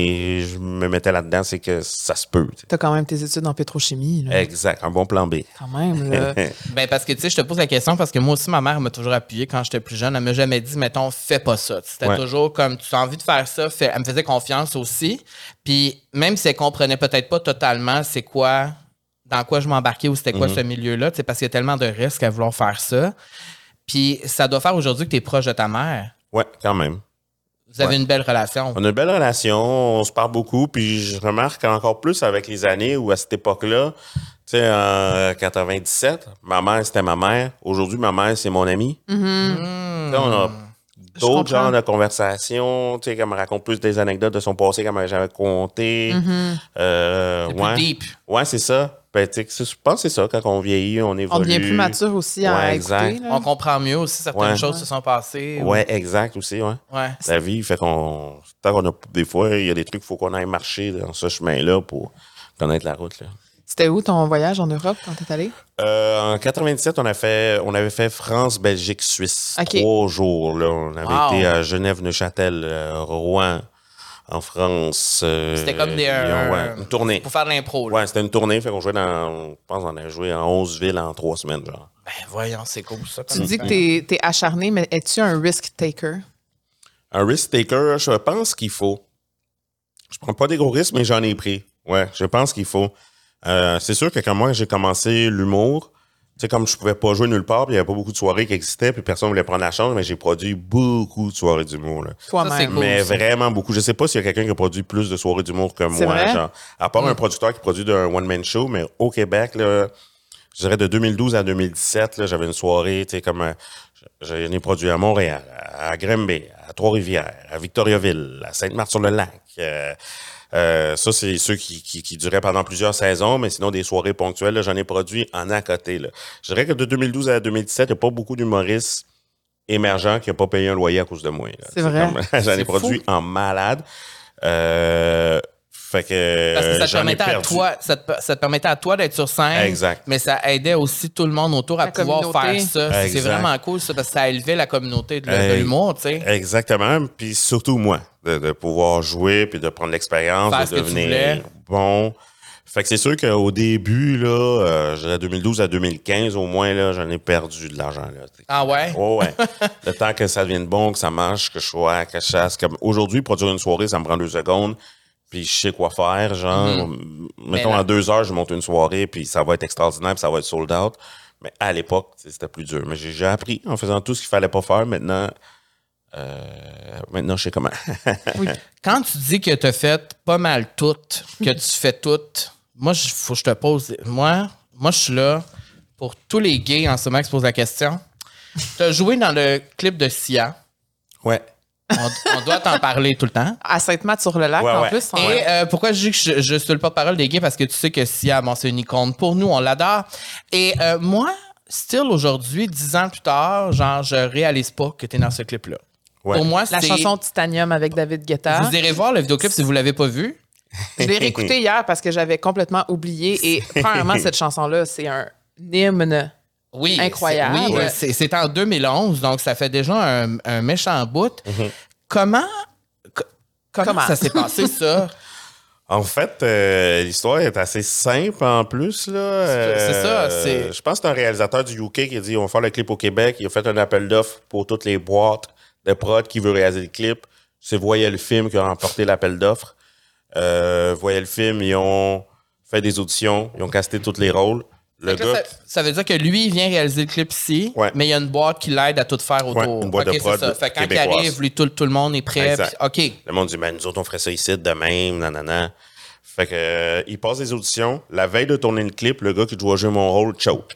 je me mettais là-dedans, c'est que ça se peut. Tu as quand même tes études en pétrochimie. Là. Exact, un bon plan B. Quand même, là. Ben, parce que, tu sais, je te pose la question parce que moi aussi, ma mère m'a toujours appuyé quand j'étais plus jeune. Elle m'a jamais dit, mettons, fais pas ça. C'était ouais. toujours comme, tu as envie de faire ça, fais. Elle me faisait confiance aussi. Puis, même si elle comprenait peut-être pas totalement c'est quoi, dans quoi je m'embarquais ou c'était quoi mm-hmm. ce milieu-là, tu sais, parce qu'il y a tellement de risques à vouloir faire ça. Puis, ça doit faire aujourd'hui que tu es proche de ta mère. Ouais, quand même. Vous avez ouais. une belle relation. On a une belle relation, on se parle beaucoup, puis je remarque encore plus avec les années où à cette époque-là, tu sais, en quatre-vingt-dix-sept, ma mère, c'était ma mère. Aujourd'hui, ma mère, c'est mon amie. Mm-hmm. On a d'autres genres de conversations, tu sais, qu'elle me raconte plus des anecdotes de son passé qu'elle m'avait jamais conté. Mm-hmm. Euh, c'est ouais. plus deep. Ouais, c'est ça. Ben, tu sais, je pense que c'est ça, quand on vieillit, on évolue. On devient plus mature aussi à ouais, écouter. Exact. Là. On comprend mieux aussi certaines ouais. choses qui se sont passées. Ouais, ou... exact aussi, ouais. ouais. La vie fait qu'on... Tant qu'on a... Des fois, il y a des trucs qu'il faut qu'on aille marcher dans ce chemin-là pour connaître la route, là. C'était où ton voyage en Europe quand t'es allé? Euh, en quatre-vingt-dix-sept, on, a fait, on avait fait France, Belgique, Suisse. Okay. Trois jours, là. On avait wow. été à Genève, Neuchâtel, euh, Rouen, en France. Euh, c'était comme des, euh, ouais, une tournée. Pour faire de l'impro. Ouais, c'était une tournée. Fait qu'on jouait dans... Je pense qu'on a joué en onze villes en trois semaines, genre. Ben voyons, c'est cool ça. Tu dis que t'es, t'es acharné, mais es-tu un risk-taker? Un risk-taker, je pense qu'il faut. Je prends pas des gros risques, mais j'en ai pris. Ouais, je pense qu'il faut. Euh, c'est sûr que quand moi, j'ai commencé l'humour, tu sais, comme je pouvais pas jouer nulle part, puis il y avait pas beaucoup de soirées qui existaient, puis personne voulait prendre la chance, mais j'ai produit beaucoup de soirées d'humour, là. Toi-même. Cool, mais ça. Vraiment beaucoup. Je sais pas s'il y a quelqu'un qui a produit plus de soirées d'humour que moi, vrai? Genre. À part mm. un producteur qui produit un one-man show, mais au Québec, là, je dirais de deux mille douze à deux mille dix-sept, là, j'avais une soirée, tu sais, comme, euh, j'en ai produit à Montréal, à Granby, à Trois-Rivières, à Victoriaville, à Sainte-Marthe-sur-le-Lac, euh, Euh, ça, c'est ceux qui, qui, qui duraient pendant plusieurs saisons, mais sinon, des soirées ponctuelles, là, j'en ai produit en à côté. Là. Je dirais que de deux mille douze à deux mille dix-sept, il n'y a pas beaucoup d'humoristes émergents qui n'ont pas payé un loyer à cause de moi. Là. C'est, c'est vrai. Comme, j'en ai produit en malade. Euh, fait que, Parce que ça te, j'en permettait ai à toi, ça, te, ça te permettait à toi d'être sur scène. Exact. Mais ça aidait aussi tout le monde autour à la pouvoir communauté. faire ça. Exact. C'est vraiment cool, ça, parce que ça élevait la communauté de, de l'humour, tu sais. Exactement. Puis surtout moi, de, de pouvoir jouer puis de prendre l'expérience, faire de ce que devenir bon. Fait que c'est sûr qu'au début, là, euh, je dirais deux mille douze à deux mille quinze, au moins, là, j'en ai perdu de l'argent, là. Ah ouais? Oh, ouais. Le temps que ça devienne bon, que ça marche, que je sois, que je chasse. Comme aujourd'hui, produire une soirée, ça me prend deux secondes. Puis je sais quoi faire, genre, mm-hmm. mettons, en deux heures, je monte une soirée, puis ça va être extraordinaire, puis ça va être sold out. Mais à l'époque, c'était plus dur. Mais j'ai, j'ai appris en faisant tout ce qu'il fallait pas faire. Maintenant, euh, maintenant, je sais comment. Oui. Quand tu dis que tu as fait pas mal tout, que tu fais tout, moi, il faut que je te pose... Moi, moi, je suis là pour tous les gays en ce moment qui se posent la question. Tu as joué dans le clip de Sia. Ouais. On, on doit t'en parler tout le temps. À Sainte-Marthe-sur-le-Lac, Ouais, en ouais. plus. on- Et euh, pourquoi je dis que je, je suis le porte-parole des gays? Parce que tu sais que Sia, bon, c'est une icône. Pour nous, on l'adore. Et euh, moi, still aujourd'hui, dix ans plus tard, genre, je réalise pas que t'es dans ce clip-là. Ouais. Pour moi, La c'est... chanson Titanium avec David Guetta. Vous irez voir le vidéoclip si vous l'avez pas vu. Je l'ai réécouté hier parce que j'avais complètement oublié. Et premièrement, cette chanson-là, c'est un hymne. Oui, Incroyable. c'est- Oui, Ouais. c'est, c'est en deux mille onze, donc ça fait déjà un, un méchant bout. Mm-hmm. Comment, co- comment, Comment? ça s'est passé, ça? En fait, euh, l'histoire est assez simple en plus. Là. C'est- c'est ça, Euh, c'est- Je pense que c'est un réalisateur du U K qui a dit on va faire le clip au Québec. Il a fait un appel d'offres pour toutes les boîtes de prod qui veut réaliser le clip. C'est Voyez le film qui a remporté l'appel d'offres. Euh, Voyez le film, ils ont fait des auditions, ils ont casté tous les rôles. Le Fait que là, gars, ça, ça veut dire que lui, il vient réaliser le clip ici, Ouais. mais il y a une boîte qui l'aide à tout faire autour. Ouais, une boîte Ok, de prod c'est ça. Fait que quand il québécoise. arrive, lui, tout, tout le monde est prêt. Exact. puis- OK. le monde dit, ben, nous autres, on ferait ça ici de même, nanana. Fait que, euh, il passe des auditions. La veille de tourner le clip, le gars qui doit jouer mon rôle choke.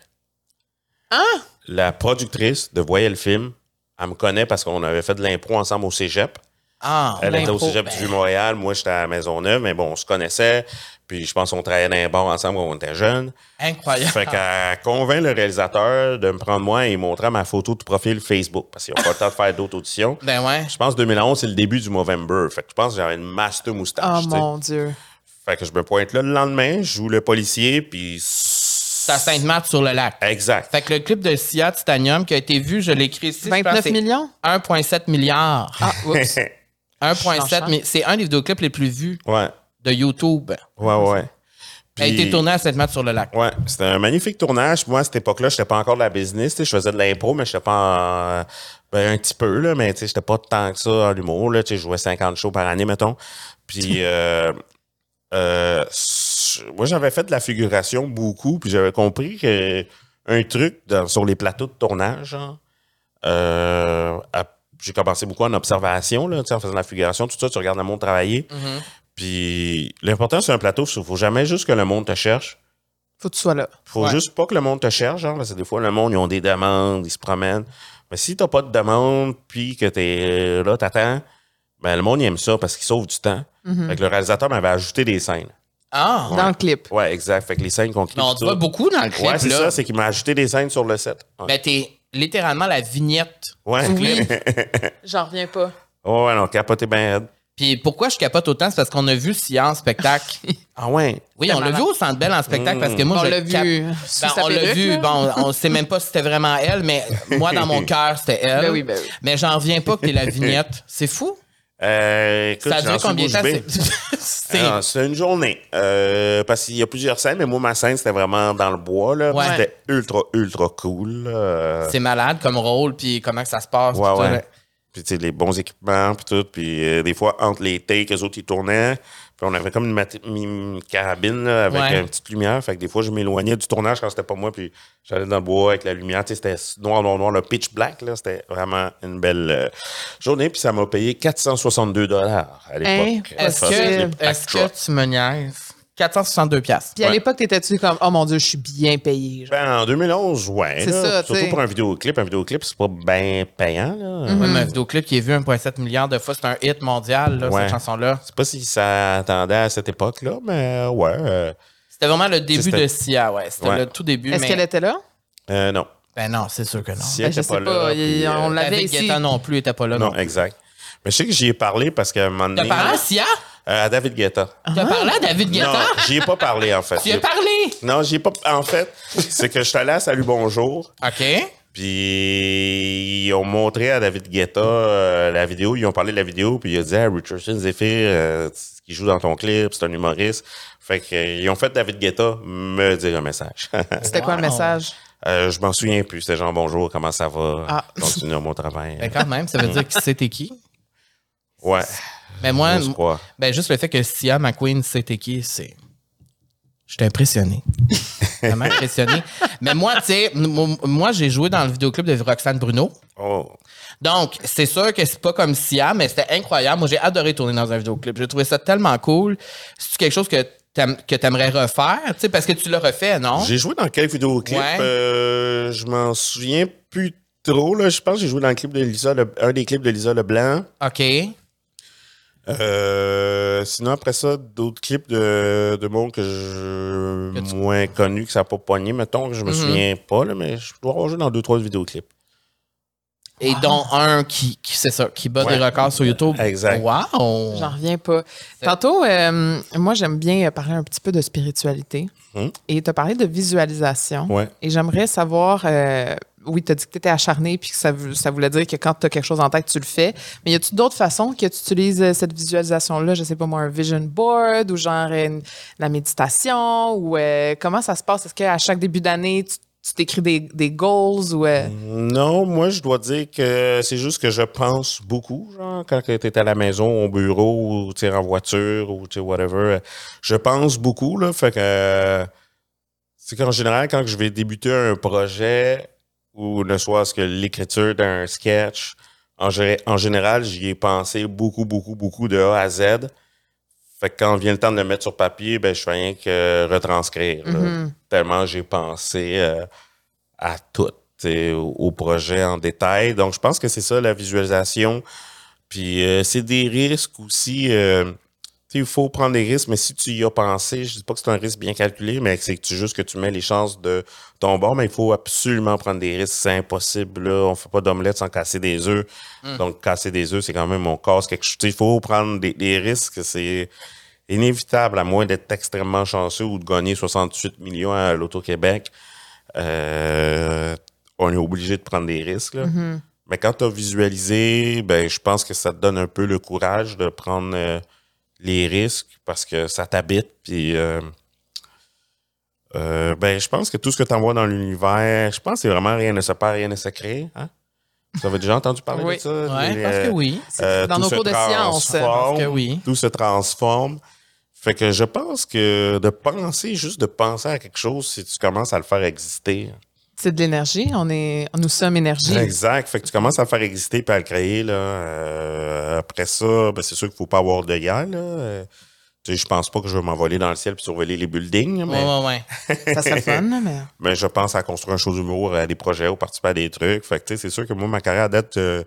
Ah! La productrice de Voyez le film, elle me connaît parce qu'on avait fait de l'impro ensemble au cégep. Ah, Elle était au l'impro, cégep ben, du Vieux-Montréal, moi j'étais à la Maisonneuve, mais bon, on se connaissait. Puis je pense qu'on travaillait dans un bar ensemble quand on était jeunes. Incroyable. Fait qu'elle convainc le réalisateur de me prendre moi et montrer ma photo de profil Facebook parce qu'ils n'ont pas le temps de faire d'autres auditions. Ben ouais. Je pense que deux mille onze, c'est le début du Movember. Fait que je pense que j'avais une master moustache. Oh tu sais. mon Dieu. Fait que je me pointe là le lendemain, je joue le policier, puis... C'est à Sainte-Marthe sur le lac. Exact. Fait que le clip de Sia Titanium qui a été vu, je l'ai écrit ici. je pense vingt-neuf que c'est millions? un virgule sept milliard. Ah, oups. un virgule sept, Changeant. mais c'est un des vidéoclips les plus vus Ouais, de YouTube. ouais, ouais. Il a Puis- été tourné à Sainte-Marthe sur le lac. Ouais, c'était un magnifique tournage. Moi, à cette époque-là, j'étais pas encore de la business. Tu sais, je faisais de l'impro, mais j'étais pas en- ben, un petit peu, là, mais tu sais, j'étais pas tant que ça en humour. Là, tu sais, je jouais cinquante shows par année, mettons. Puis, euh, euh, s- moi, j'avais fait de la figuration beaucoup, puis j'avais compris que un truc dans- sur les plateaux de tournage, genre, euh, à- j'ai commencé beaucoup en observation, là, tu sais, en faisant de la figuration, tout ça, tu regardes le monde travailler. Mm-hmm. Puis, l'important sur un plateau, il faut jamais juste que le monde te cherche. Faut que tu sois là. Faut Ouais. juste pas que le monde te cherche, genre, parce que des fois, le monde, ils ont des demandes, ils se promènent. Mais si t'as pas de demande, puis que t'es là, t'attends, ben, le monde, il aime ça parce qu'il sauve du temps. Fait que le réalisateur m'avait ajouté des scènes. Ah! Dans le clip. Ouais, exact. Fait que les scènes qu'on clip. Mais on te voit beaucoup dans le clip, Ouais, c'est là. ça, c'est qu'il m'a ajouté des scènes sur le set. Ouais. Ben, t'es littéralement la vignette. ouais. Oui. J'en reviens pas. Oh, ouais, non, capoté ben raide. Puis pourquoi je capote autant? C'est parce qu'on a vu Sia en spectacle. Ah ouais. Oui, C'était on l'a malade. vu au Centre Bell en spectacle parce que moi, On je l'a cap- vu sous Ben, sa on l'a perruque, vu. là. Bon, on sait même pas si c'était vraiment elle, mais moi, dans mon cœur, c'était elle. Ben oui, ben oui. Mais j'en reviens pas que t'es la vignette. C'est fou. Euh, écoute, Ça a duré j'en suis combien de temps? bouche bée. C'est- C'est... Ah, c'est une journée. Euh, parce qu'il y a plusieurs scènes, mais moi, ma scène, c'était vraiment dans le bois. Là, Ouais. C'était ultra, ultra cool. là. c'est malade comme rôle, puis comment que ça se passe. Ouais, puis tout, ouais. là. Puis, tu sais, les bons équipements, puis tout. Puis, euh, des fois, entre les takes, eux autres, ils tournaient. Puis, on avait comme une, mat- une carabine là, avec Ouais. une petite lumière. Fait que des fois, je m'éloignais du tournage quand c'était pas moi. Puis, j'allais dans le bois avec la lumière. Tu sais, c'était noir, noir, noir, le pitch black. Là, c'était vraiment une belle euh, journée. Puis, ça m'a payé quatre cent soixante-deux dollars à l'époque. Hein? Est-ce Faire ce que, clip est-ce extra. que tu me niaises? quatre cent soixante-deux piastres. Puis à Ouais. l'époque, t'étais-tu comme, oh mon Dieu, je suis bien payé. genre. Ben, en deux mille onze, ouais. C'est là. ça, Surtout tu sais. pour un vidéoclip. Un vidéoclip, c'est pas bien payant. Là. Ouais, mais un vidéoclip qui est vu un virgule sept milliard de fois, c'est un hit mondial, là, Ouais. cette chanson-là. Je sais pas si ça attendait à cette époque-là, mais ouais. euh, C'était vraiment le début C'était- de Sia, ouais. C'était Ouais. le tout début. Est-ce mais... qu'elle était là? euh, non. Ben non, c'est sûr que non. Si Ben, elle je était sais pas pas, là, il- puis, euh, on l'avait David ici. Guetta non plus était pas là. Non, Non, exact. Mais je sais que j'y ai parlé parce qu'à un moment T'as donné... parlé à Sia? euh, à David Guetta. T'as parlé à David Guetta? Non, j'y ai pas parlé, en fait. Tu y as parlé? Non, j'y ai pas... En fait, c'est que je suis allé à Salut Bonjour, OK. puis ils ont montré à David Guetta euh, la vidéo, ils ont parlé de la vidéo, puis il a dit ah, « Richardson Zephyr, euh, qui joue dans ton clip, c'est un humoriste. » Fait qu'ils ont fait David Guetta me dire un message. C'était quoi le Wow. message? Euh, je m'en souviens plus. C'était genre bonjour, comment ça va? Ah. Continue mon travail. Ben quand même, ça veut dire que c'était qui? Ouais. Mais moi, J'ose croire. ben juste le fait que Sia McQueen c'était qui, c'est... J'étais impressionné. Vraiment impressionné. Mais moi, tu sais, m- moi, j'ai joué dans le vidéoclip de Roxane Bruno. Oh. Donc, c'est sûr que c'est pas comme Sia, mais c'était incroyable. Moi, j'ai adoré tourner dans un vidéoclip. J'ai trouvé ça tellement cool. C'est quelque chose que t'aimes, que t'aimerais refaire, tu sais, parce que tu l'as refait, non? J'ai joué dans quelques vidéoclips. Ouais. euh, je m'en souviens plus trop, là. Je pense que j'ai joué dans le clip de Lisa, Le... un des clips de Lisa Leblanc. OK. Euh, sinon, après ça, d'autres clips de, de monde que je Que tu- moins connu, que ça n'a pas poigné, mettons, que je me Mhm. souviens pas, là, mais je dois avoir joué dans deux, trois vidéoclips. Et dont un qui, qui c'est ça, qui bat Ouais. des records sur YouTube. Exact. Wow! J'en reviens pas. Tantôt, euh, moi, j'aime bien parler un petit peu de spiritualité. Hum. Et tu as parlé de visualisation. Ouais. Et j'aimerais savoir, euh, oui, tu as dit que tu étais acharné puis que ça, vou- ça voulait dire que quand tu as quelque chose en tête, tu le fais. Mais y a-tu d'autres façons que tu utilises euh, cette visualisation-là? Je sais pas moi, un vision board ou genre une- la méditation ou euh, comment ça se passe? Est-ce qu'à chaque début d'année, tu tu t'écris des, des goals ou... euh, Non, moi, je dois dire que c'est juste que je pense beaucoup, genre, quand tu es à la maison, au bureau, ou tu sais, en voiture, ou tu sais, whatever. Je pense beaucoup, là. Fait que, euh, c'est qu'en général, quand je vais débuter un projet, ou ne soit-ce que l'écriture d'un sketch, en, gé- en général, j'y ai pensé beaucoup, beaucoup, beaucoup de A à Z. Fait que quand vient le temps de le mettre sur papier, ben, je fais rien que retranscrire, là. Mhm. Tellement j'ai pensé euh, à tout, tu sais, au, au projet en détail. Donc, je pense que c'est ça, la visualisation. Puis, euh, c'est des risques aussi. euh, tu sais, il faut prendre des risques, mais si tu y as pensé, je dis pas que c'est un risque bien calculé, mais c'est que tu, juste que tu mets les chances de ton bord, mais il faut absolument prendre des risques. C'est impossible, là. On fait pas d'omelette sans casser des œufs. Donc, casser des œufs, c'est quand même, on casse quelque chose. Tu sais, il faut prendre des, des risques. C'est inévitable, à moins d'être extrêmement chanceux ou de gagner soixante-huit millions à l'Auto-Québec. Euh, on est obligé de prendre des risques, là. Mais quand tu as visualisé, ben, je pense que ça te donne un peu le courage de prendre euh, les risques parce que ça t'habite. Puis, euh, euh, ben, je pense que tout ce que tu envoies dans l'univers, je pense que c'est vraiment rien ne se perd, rien ne se crée. Hein? Vous avez déjà entendu parler Oui. de ça? Ouais, Les, je pense que euh, oui. euh, dans tout nos se cours de sciences. Je pense que oui. Tout se transforme. Fait que je pense que de penser, juste de penser à quelque chose, si tu commences à le faire exister. C'est de l'énergie. On est, nous sommes énergie. Exact. Fait que tu commences à le faire exister puis à le créer, là. Euh, après ça, ben, c'est sûr qu'il faut pas avoir de guerre, là. Euh, tu sais, je pense pas que je vais m'envoler dans le ciel puis survoler les buildings, là, mais, Ouais, ouais, ouais. Ça serait le fun, là, mais... mais je pense à construire un show d'humour, à des projets, ou participer à des trucs. Fait que, tu sais, c'est sûr que moi, ma carrière à date, euh,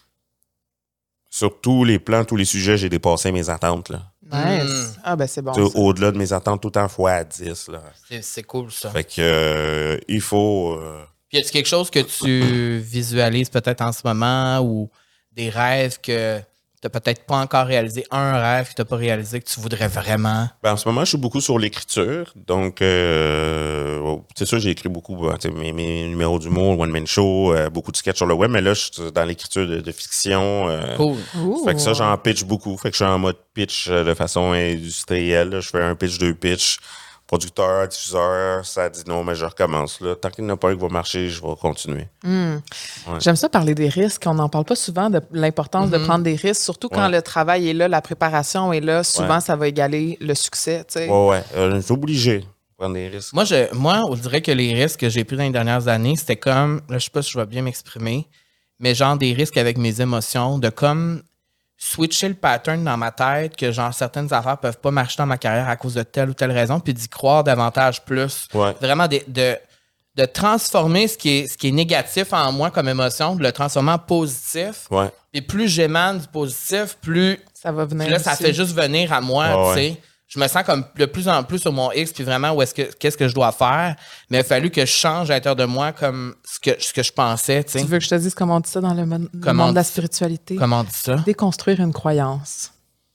sur tous les plans, tous les sujets, j'ai dépassé mes attentes, là. Nice. Mm. Ah, ben c'est bon. Tu sais, ça. au-delà de mes attentes, tout le temps fois à dix, là. C'est, c'est cool, ça. Fait que, euh, il faut... euh, Puis, y a-t-il quelque chose que tu visualises peut-être en ce moment ou des rêves que tu n'as peut-être pas encore réalisé? Un rêve que tu n'as pas réalisé que tu voudrais vraiment? Ben, en ce moment, je suis beaucoup sur l'écriture. Donc, euh, c'est sûr, j'ai écrit beaucoup, ben, tu sais, mes, mes numéros d'humour, one-man show, euh, beaucoup de sketchs sur le web, mais là, je suis dans l'écriture de, de fiction. euh, Cool. Ouh. Fait que ça, j'en pitch beaucoup. Fait que je suis en mode pitch euh, de façon industrielle, là. Je fais un pitch, deux pitch. Producteur, diffuseur, ça dit non, mais je recommence, là. Tant qu'il n'y en a pas un qui va marcher, je vais continuer. Mm. Ouais. J'aime ça parler des risques. On n'en parle pas souvent de l'importance de prendre des risques, surtout quand Ouais. le travail est là, la préparation est là. Souvent, Ouais. ça va égaler le succès. Tu sais. Ouais, ouais. Euh, je suis obligé de prendre des risques. Moi, je, moi, on dirait que les risques que j'ai pris dans les dernières années, c'était comme, là, je sais pas si je vais bien m'exprimer, mais genre des risques avec mes émotions, de comme switcher le pattern dans ma tête, que genre certaines affaires peuvent pas marcher dans ma carrière à cause de telle ou telle raison, puis d'y croire davantage plus. Ouais. Vraiment de, de, de transformer ce qui, est, ce qui est négatif en moi comme émotion, de le transformer en positif. Ouais. Puis plus j'émane du positif, plus Ça va venir. puis là, ça aussi. fait juste venir à moi, Ah tu ouais. sais. Je me sens comme de plus en plus sur mon X, puis vraiment, où est-ce que, qu'est-ce que je dois faire. Mais il a fallu que je change à l'intérieur de moi comme ce que, ce que je pensais, tu sais. Tu veux que je te dise comment on dit ça dans le, mon- le Comment monde de la on dit- spiritualité? Comment on dit ça? Déconstruire une croyance.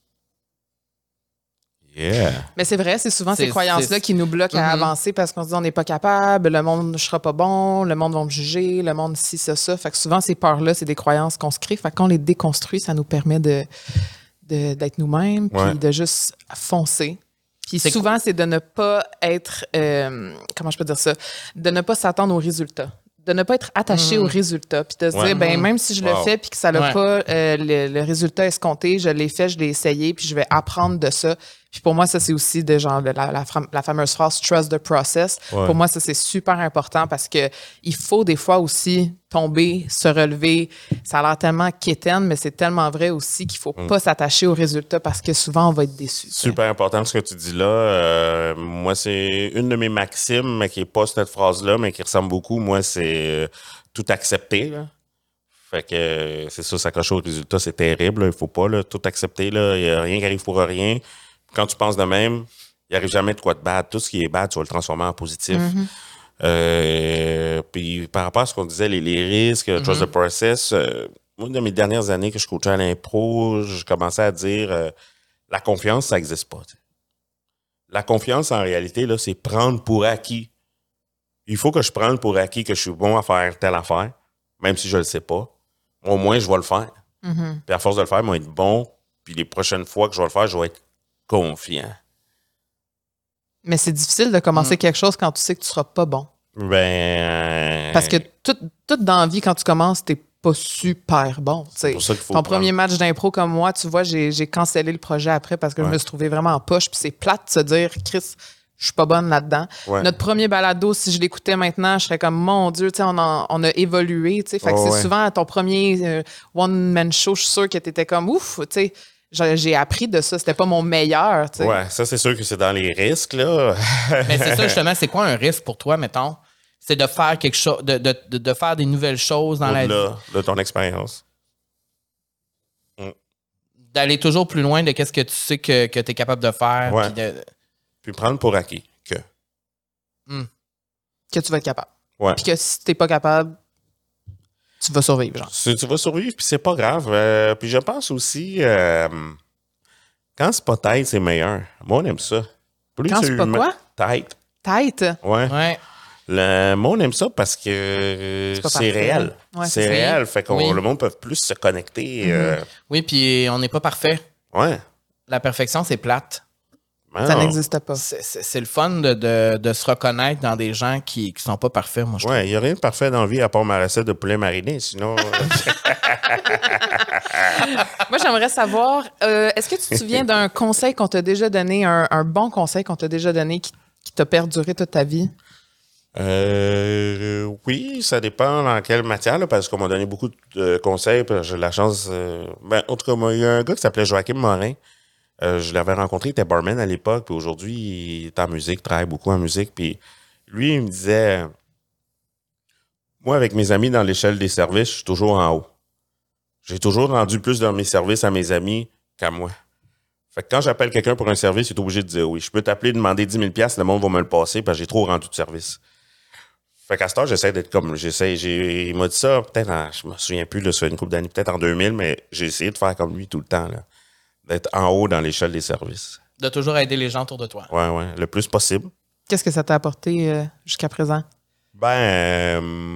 Yeah. Mais c'est vrai, c'est souvent C'est- ces croyances-là c'est- qui nous bloquent à Mhm. avancer parce qu'on se dit on n'est pas capable, le monde ne sera pas bon, le monde va me juger, le monde ci, ça, ça. Fait que souvent, ces peurs-là, c'est des croyances qu'on se crée. Fait que quand on les déconstruit, ça nous permet de, de- d'être nous-mêmes puis Ouais. de juste foncer. Puis C'est souvent, c'est de ne pas être, euh, comment je peux dire ça, de ne pas s'attendre aux résultats. De ne pas être attaché aux résultats. Puis de se Ouais. dire, ben, même si je le Wow. fais puis que ça n'a Ouais. pas euh, le, le résultat escompté, je l'ai fait, je l'ai essayé, puis je vais apprendre de ça. Puis pour moi, ça, c'est aussi de genre la, la, la fameuse phrase « trust the process ouais. ». Pour moi, ça, c'est super important parce que il faut des fois aussi tomber, se relever. Ça a l'air tellement quétaine, mais c'est tellement vrai aussi qu'il faut mm. pas s'attacher aux résultats parce que souvent, on va être déçu. Super t'sais. Important ce que tu dis là. Euh, moi, c'est une de mes maximes, mais qui n'est pas cette phrase-là, mais qui ressemble beaucoup. Moi, c'est euh, tout accepter, là. Fait que euh, c'est ça, s'accrocher aux résultats, c'est terrible. Il faut pas là, tout accepter. Il n'y a rien qui arrive pour rien. Quand tu penses de même, il n'y arrive jamais de quoi de bad. Tout ce qui est bad, tu vas le transformer en positif. Mm-hmm. Euh, puis par rapport à ce qu'on disait, les, les risques, mm-hmm. trust the process, euh, moi, dans mes dernières années que je coachais à l'impro, je commençais à dire euh, la confiance, ça n'existe pas. T'sais. La confiance, en réalité, là, c'est prendre pour acquis. Il faut que je prenne pour acquis que je suis bon à faire telle affaire, même si je ne le sais pas. Au moins, je vais le faire. Mm-hmm. Puis à force de le faire, je vais être bon. Puis les prochaines fois que je vais le faire, je vais être confiant. Mais c'est difficile de commencer mmh. quelque chose quand tu sais que tu ne seras pas bon. Ben... Parce que tout, tout dans la vie, quand tu commences, tu n'es pas super bon. C'est pour ça qu'il faut Ton prendre. Premier match d'impro comme moi, tu vois, j'ai, j'ai cancellé le projet après parce que ouais. je me suis trouvé vraiment en poche. Puis c'est plate de se dire, Chris, je suis pas bonne là-dedans. Ouais. Notre premier balado, si je l'écoutais maintenant, je serais comme, mon Dieu, on a, on a évolué. Fait que oh, c'est ouais. souvent ton premier euh, one-man show, je suis sûre que tu étais comme, ouf, tu sais. J'ai appris de ça. C'était pas mon meilleur, tu sais. Ouais, ça, c'est sûr que c'est dans les risques, là. Mais c'est ça, justement. C'est quoi un risque pour toi, mettons? C'est de faire quelque chose, de, de, de, de faire des nouvelles choses dans Au-delà la vie. De ton expérience. Mm. D'aller toujours plus loin de qu'est-ce que tu sais que, que tu es capable de faire. Ouais. Puis, de... puis prendre pour acquis que. Mm. Que tu vas être capable. Ouais. Puis que si t'es pas capable, tu vas survivre, genre. Tu, tu vas survivre, puis c'est pas grave. Euh, puis je pense aussi, euh, quand c'est pas tête, c'est meilleur. Moi, on aime ça. Plus quand c'est pas quoi? Tête. Tête? Ouais. Ouais. Le monde aime ça parce que euh, c'est, c'est réel. Ouais, c'est, c'est réel. Fait que oui. le monde peut plus se connecter. Mm-hmm. Euh... Oui, puis on n'est pas parfait. Ouais. La perfection, c'est plate. Ben ça non. n'existe pas. C'est, c'est, c'est le fun de, de, de se reconnaître dans des gens qui ne sont pas parfaits, moi, je ouais, il n'y a rien de parfait dans la vie à part ma recette de poulet mariné, sinon... Moi, j'aimerais savoir, euh, est-ce que tu te souviens d'un conseil qu'on t'a déjà donné, un, un bon conseil qu'on t'a déjà donné qui, qui t'a perduré toute ta vie? Euh, oui, ça dépend dans quelle matière, là, parce qu'on m'a donné beaucoup de conseils. J'ai la chance... Euh, ben, en tout cas, il y a un gars qui s'appelait Joachim Morin. Euh, je l'avais rencontré, il était barman à l'époque, puis aujourd'hui, il est en musique, travaille beaucoup en musique. Puis lui, il me disait, moi, avec mes amis dans l'échelle des services, je suis toujours en haut. J'ai toujours rendu plus de mes services à mes amis qu'à moi. Fait que quand j'appelle quelqu'un pour un service, il est obligé de dire oui. Je peux t'appeler, demander dix mille dollars, le monde va me le passer parce que j'ai trop rendu de service. Fait qu'à ce temps, j'essaie d'être comme, j'essaie, j'ai, il m'a dit ça, peut-être, en, je me souviens plus, là, ça fait une couple d'années, peut-être en deux mille, mais j'ai essayé de faire comme lui tout le temps, là. D'être en haut dans l'échelle des services. De toujours aider les gens autour de toi. Oui, oui, le plus possible. Qu'est-ce que ça t'a apporté euh, jusqu'à présent? Ben... Euh...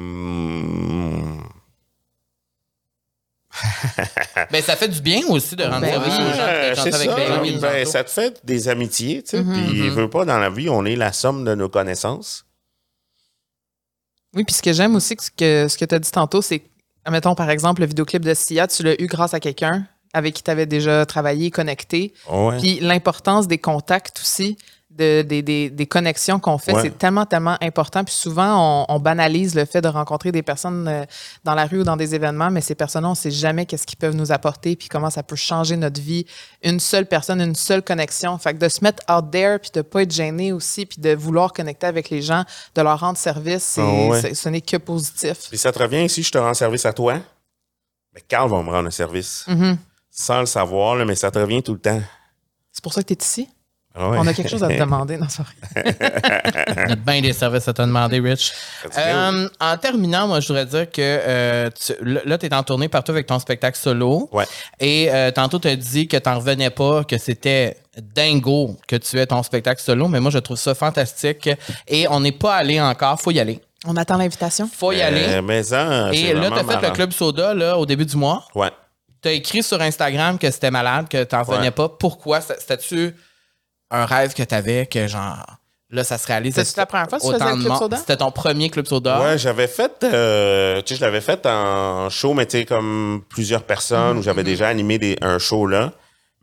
ben, ça fait du bien aussi de rendre ben service oui. aux gens. Euh, c'est avec ça, ben, ben, ça te fait des amitiés, tu sais, mm-hmm, puis mm-hmm. veut pas, dans la vie, on est la somme de nos connaissances. Oui, puis ce que j'aime aussi, que, que, ce que tu as dit tantôt, c'est, mettons, par exemple, le vidéoclip de Sia, tu l'as eu grâce à quelqu'un avec qui tu avais déjà travaillé, connecté. Ouais. Puis l'importance des contacts aussi, de, des, des, des connexions qu'on fait, ouais. c'est tellement, tellement important. Puis souvent, on, on banalise le fait de rencontrer des personnes euh, dans la rue ou dans des événements, mais ces personnes-là, on ne sait jamais qu'est-ce qu'ils peuvent nous apporter puis comment ça peut changer notre vie. Une seule personne, une seule connexion. Fait que de se mettre out there puis de ne pas être gêné aussi puis de vouloir connecter avec les gens, de leur rendre service, c'est, oh ouais. c'est, ce n'est que positif. Puis ça te revient, si je te rends service à toi, mais Carl va me rendre un service. Mm-hmm. Sans le savoir, là, mais ça te revient tout le temps. C'est pour ça que tu es ici? Ah ouais. On a quelque chose à te demander. Non, sorry. On a bien des services à te demander, Rich. Euh, en terminant, moi, je voudrais dire que euh, tu, là, tu es en tournée partout avec ton spectacle solo. Ouais. Et euh, tantôt, tu as dit que tu n'en revenais pas, que c'était dingo que tu aies ton spectacle solo. Mais moi, je trouve ça fantastique. Et on n'est pas allé encore. Faut y aller. On attend l'invitation. Faut y aller. Euh, mais ça, Et là, tu as fait marrant. Le Club Soda là, au début du mois. Ouais. Tu as écrit sur Instagram que c'était malade, que tu n'en revenais ouais. pas. Pourquoi? C'était-tu un rêve que tu avais, que genre, là, ça se réalise? C'était la première fois que tu faisais le Club Soda? C'était ton premier Club Soda? Ouais, j'avais fait, euh, tu sais, je l'avais fait en show, mais tu sais, comme plusieurs personnes, mm-hmm. où j'avais mm-hmm. déjà animé des, un show là.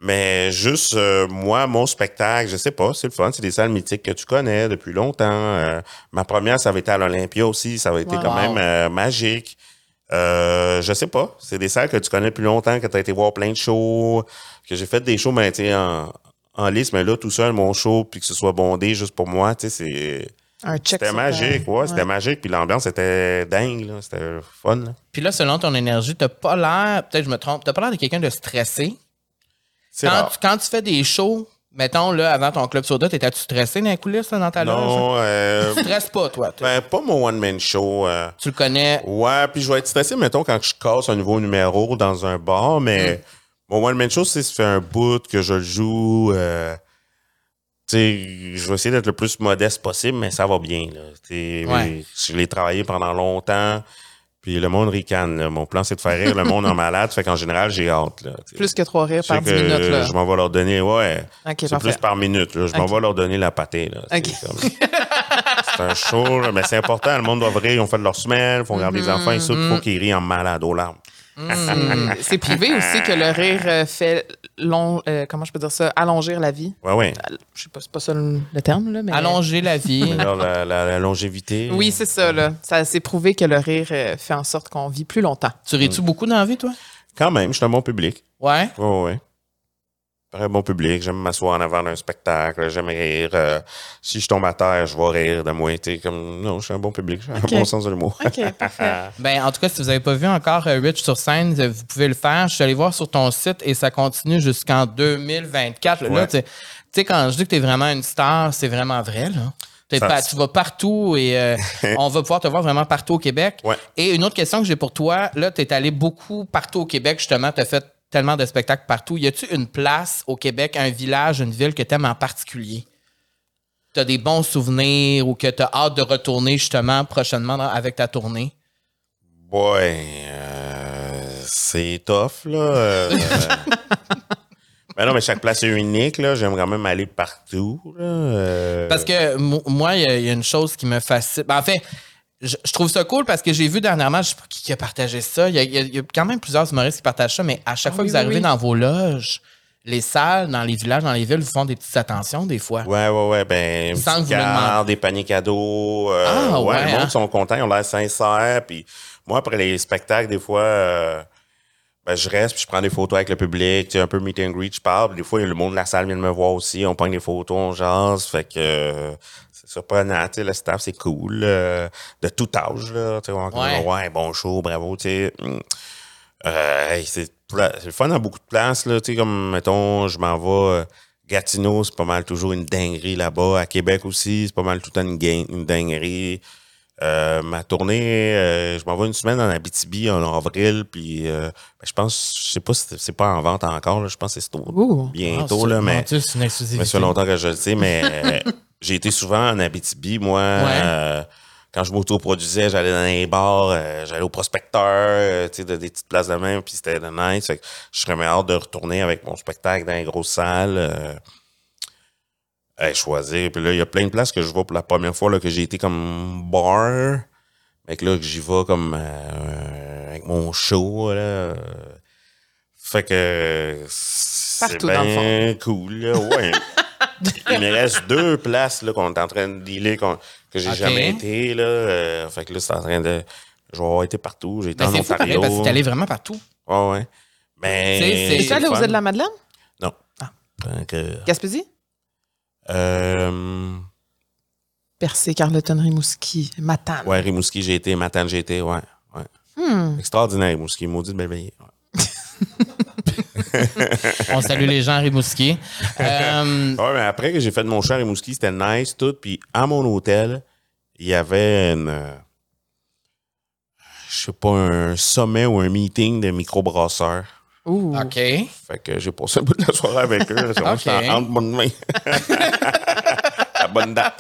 Mais juste, euh, moi, mon spectacle, je sais pas, c'est le fun. C'est des salles mythiques que tu connais depuis longtemps. Euh, ma première, ça avait été à l'Olympia aussi. Ça avait été Wow. quand même euh, magique. Euh, je sais pas. C'est des salles que tu connais depuis longtemps, que tu as été voir plein de shows, que j'ai fait des shows, mais tu sais, en, en liste, mais là, tout seul, mon show, puis que ce soit bondé juste pour moi, tu sais, c'est... Un check C'était sur magique, ta- ouais, c'était magique. Puis l'ambiance était dingue, là. C'était fun, là. Puis là, selon ton énergie, t'as pas l'air, peut-être je me trompe, t'as pas l'air de quelqu'un de stressé. C'est Quand rare. tu, quand tu fais des shows, mettons, là, avant ton club soda, t'étais-tu stressé dans les coulisses, là, dans ta loge? Non, euh, Tu stresses pas, toi. t'es- ben, pas mon one-man show. euh. Tu le connais. Ouais, puis je vais être stressé, mettons, quand je casse un nouveau numéro dans un bar, mais mon one-man show, c'est ça fait un bout que je le joue. Euh, tu sais, je vais essayer d'être le plus modeste possible, mais ça va bien, là. Tu sais, Ouais. je l'ai travaillé pendant longtemps, puis le monde ricane, là. Mon plan, c'est de faire rire le monde en malade, fait qu'en général, j'ai hâte, là. Tu sais. Plus que trois rires Je sais par dix que minutes. Là. Je m'en vais leur donner, ouais. OK, c'est parfait. plus par minute, là. Je m'en Ok. vais leur donner la pâtée, là. C'est Ok. comme- c'est un show, là, mais c'est important. Le monde doit rire. Ils ont fait de leur semaine, ils font garder les enfants. Il faut qu'ils rient en malade aux larmes. Hum, C'est prouvé aussi que le rire euh, fait long, euh, comment je peux dire ça, allonger la vie. Ouais, ouais. Al- Je sais pas, c'est pas ça le, le terme, là, mais... Allonger la vie. Alors, la, la- la longévité. Oui, c'est ça, là. Ça s'est prouvé que le rire euh, fait en sorte qu'on vit plus longtemps. Tu ris-tu beaucoup dans la vie, toi? Quand même, je suis un bon public. Ouais. Ouais, ouais, ouais. Très bon public. J'aime m'asseoir en avant d'un spectacle. J'aime rire. Euh, si je tombe à terre, je vais rire de moi. T'sais, comme, non, je suis un bon public. J'ai Ok. un bon sens de l'humour. OK, parfait. Ben, en tout cas, si vous n'avez pas vu encore euh, Rich sur scène, euh, vous pouvez le faire. Je suis allé voir sur ton site et ça continue jusqu'en deux mille vingt-quatre. Là, Ouais. tu sais- tu sais, quand je dis que tu es vraiment une star, c'est vraiment vrai, là. T'es Ça- pas- tu vas partout et euh, on va pouvoir te voir vraiment partout au Québec. Ouais. Et une autre question que j'ai pour toi, là, tu es allé beaucoup partout au Québec, justement, tu as fait tellement de spectacles partout. Y a-tu une place au Québec, un village, une ville que tu aimes en particulier? Tu as des bons souvenirs ou que tu as hâte de retourner, justement, prochainement dans- avec ta tournée? Ouais, euh, c'est tough, là. Euh, ben non, mais chaque place est unique, là. J'aime quand même aller partout, là. Euh, Parce que mo- moi, il y, a- il y a une chose qui me fascine. Ben, en fait, je, je trouve ça cool parce que j'ai vu dernièrement, je sais pas qui, qui a partagé ça. Il y a, il y a- il y a quand même plusieurs humoristes qui partagent ça, mais à chaque Ah fois oui, que vous oui, arrivez oui. dans vos loges, les salles, dans les villages, dans les villes, vous font des petites attentions des fois. Ouais, ouais, ouais. Ben, Sans que une vous le carte, demandiez. des paniers cadeaux. euh, Ah, ouais, ouais, le monde hein? sont contents, ils ont l'air sincères. Puis moi, après les spectacles, des fois, euh, ben, je reste puis je prends des photos avec le public. Tu sais, un peu meet and greet, je parle. Puis des fois, le monde de la salle vient de me voir aussi. On prend des photos, on jase. Fait que euh, c'est surprenant. Tu sais, le staff, c'est cool. euh, de tout âge, là. Tu sais, on- Ouais. ouais, bon show, bravo, tu sais. Hum. Euh, hey, c'est pla- c'est le fun dans beaucoup de places, là. Tu sais, comme, mettons, je m'en vais. euh, Gatineau, c'est pas mal toujours une dinguerie là-bas. À Québec aussi, c'est pas mal tout le temps une, gain- une dinguerie. Euh, ma tournée, euh, je m'en vais une semaine en Abitibi en avril, puis euh, ben, je pense, je sais pas si c'est- c'est pas en vente encore, là, je pense que c'est au- Ouh. bientôt, Ah, là, c'est- mais, mon Dieu, c'est une mais exclusivité. ça fait longtemps que je le sais, mais euh, j'ai été souvent en Abitibi, moi. euh, quand je m'autoproduisais, j'allais dans les bars, euh, j'allais au prospecteur, euh, tu sais, de- des petites places de même, puis c'était de nice. Fait que je serais bien hâte de retourner avec mon spectacle dans les grosses salles. Euh, Hey, choisir. Puis là, il y a plein de places que je vois pour la première fois là, que j'ai été comme bar. Mais que là, que j'y vais comme euh, avec mon show. Là. Fait que c'est Partout, dans le bien cool. Là. Ouais. Il me reste deux places là, qu'on est en train de dealer qu'on- que j'ai Ok. jamais été. Là. Euh, fait que là, c'est en train de. Je vais avoir été partout. J'ai été Ben, en c'est fou pareil Ontario. parce que t'es allé vraiment partout. Ouais, ouais. Mais. Tu sais, c'est- Es-tu allé le aux fun. îles de la Madeleine? Non. Ah. Donc, euh, Gaspésie? euh, Percé, Carleton, Rimouski, Matane. Ouais, Rimouski, j'ai été. Matane, j'ai été, ouais. ouais. Hmm. Extraordinaire, Rimouski. Maudit de belle veillée. Ouais. On salue les gens à Rimouski. Euh, Ouais, mais après que j'ai fait de mon show à Rimouski, c'était nice, tout. Puis à mon hôtel, il y avait une. euh, Je sais pas, un sommet ou un meeting de microbrasseurs. Ouh. OK. Fait que j'ai passé un bout de la soirée avec eux. là. C'est vraiment, Ok. j'étais en- entre bonnes mains. La bonne date.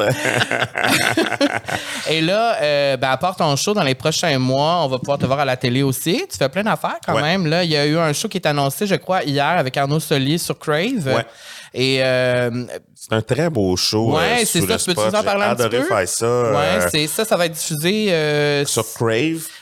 Et là, euh, ben, à part ton show, dans les prochains mois, on va pouvoir te voir à la télé aussi. Tu fais plein d'affaires quand Ouais. même. Là, il y a eu un show qui est annoncé, je crois, hier avec Arnaud Solier sur Crave. Ouais. Et euh, C'est un très beau show. Ouais, euh, c'est sous ça. le Tu peux-tu spot. nous en parler J'ai un petit adoré peu? faire ça. ouais, euh, c'est ça, ça va être diffusé. euh, sur Crave.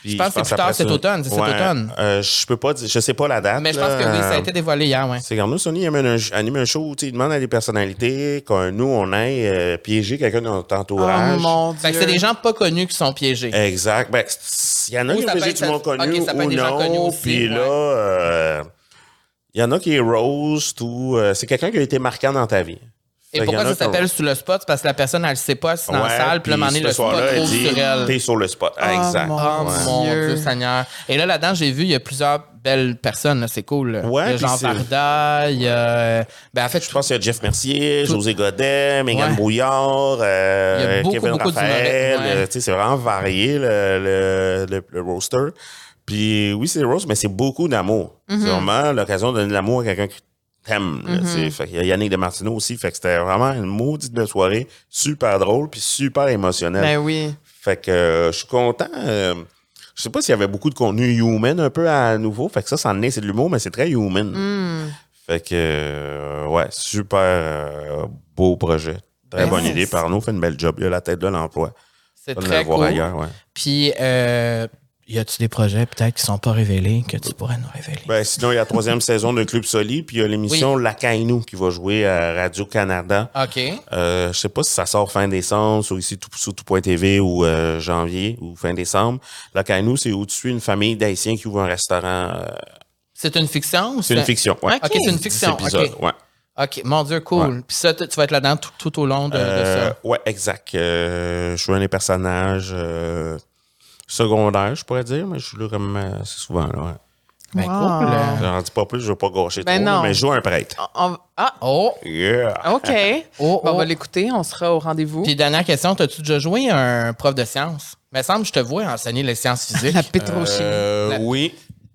Puis Je pense que c'est pense plus tard après cet ça- automne, c'est cet Ouais, automne. euh, je peux pas dire, je sais pas la date. Mais je pense là. que oui, ça a Euh, été dévoilé hier, ouais. C'est Garneau Sony anime un, anime un show où tu sais, il demande à des personnalités que nous, on aille euh, piéger quelqu'un de notre Oh entourage. mon Fait que Dieu. c'est des gens pas connus qui sont piégés. Exact. Ben, c- il y en a Ou qui ont ça peut piégé être- du monde connu ok, ça peut être ou des gens connus non. aussi, Puis ouais. là, euh, il y en a qui est roast ou euh, c'est quelqu'un qui a été marquant dans ta vie. Et Fait qu'il y pourquoi en a ça qui ont- s'appelle sur le spot? C'est parce que la personne, elle le sait pas, c'est dans la Ouais, salle, puis là, à un moment donné, ce le spot soir-là, elle trouve dit, sur elle. T'es sur le spot. Oh, exact. mon Oh Ouais. mon Dieu. Dieu Seigneur. Et là, là-dedans, j'ai vu, il y a plusieurs belles personnes, là, c'est cool. là. Ouais, il y a puis Jean c'est- Varda, il y a... Ben, en fait, Je pense qu'il y a Jeff Mercier, Tout- José Godet, Mégane Ouais. Bouillard, euh, Il y a beaucoup, Kevin beaucoup Raphaël. d'humoristes, ouais. euh, tu sais, c'est vraiment varié, le, le, le, le roaster. Puis oui, c'est roast, mais c'est beaucoup d'amour. Mm-hmm. C'est vraiment l'occasion de donner de l'amour à quelqu'un qui t'aime. là, tu sais. Fait qu'il y a Yannick Demartino aussi. Fait que c'était vraiment une maudite belle soirée. Super drôle, puis super émotionnelle. Ben oui. Fait que euh, je suis content. euh, je sais pas s'il y avait beaucoup de contenu human un peu à nouveau. Fait que ça, ça en est, c'est de l'humour, mais c'est très human. Mm. Fait que, euh, ouais, super euh, beau projet. Très Ben, bonne c'est- idée. Parno fait une belle job. Il a la tête de l'emploi. c'est Pas de très l'avoir cool. ailleurs, ouais. Puis, euh, y a-tu des projets peut-être qui sont pas révélés, que tu pourrais nous révéler? Ben, sinon, il y a la troisième saison de Club Soli, puis il y a l'émission La Caïnou qui va jouer à Radio-Canada. OK. Euh, je sais pas si ça sort fin décembre, sur ici tout, sur tout.tv ou euh, janvier ou fin décembre. La Caïnou, c'est au-dessus une famille d'Haïtiens qui ouvre un restaurant. euh, C'est une fiction? ou c'est une fiction, ouais. OK, c'est une dix fiction. épisodes, OK. ouais. OK, mon Dieu, cool. Puis ça, tu tu vas être là-dedans tout, tout au long de, de Euh, ça. ouais, exact. Euh, je suis un des personnages euh, secondaires, je pourrais dire, mais je suis là comme euh, assez souvent. Là, ouais. Ben, Wow. cool. euh. J'en dis pas plus, je veux pas gâcher Ben trop, là, non. mais je joue un prêtre. On- Ah, Oh! Yeah! OK. Oh, Bon, on oh. va l'écouter. On sera au rendez-vous. Puis, dernière question, t'as-tu déjà joué un prof de sciences? Il me semble que je te vois enseigner les sciences physiques. La pétrochimie. Euh, La- Oui.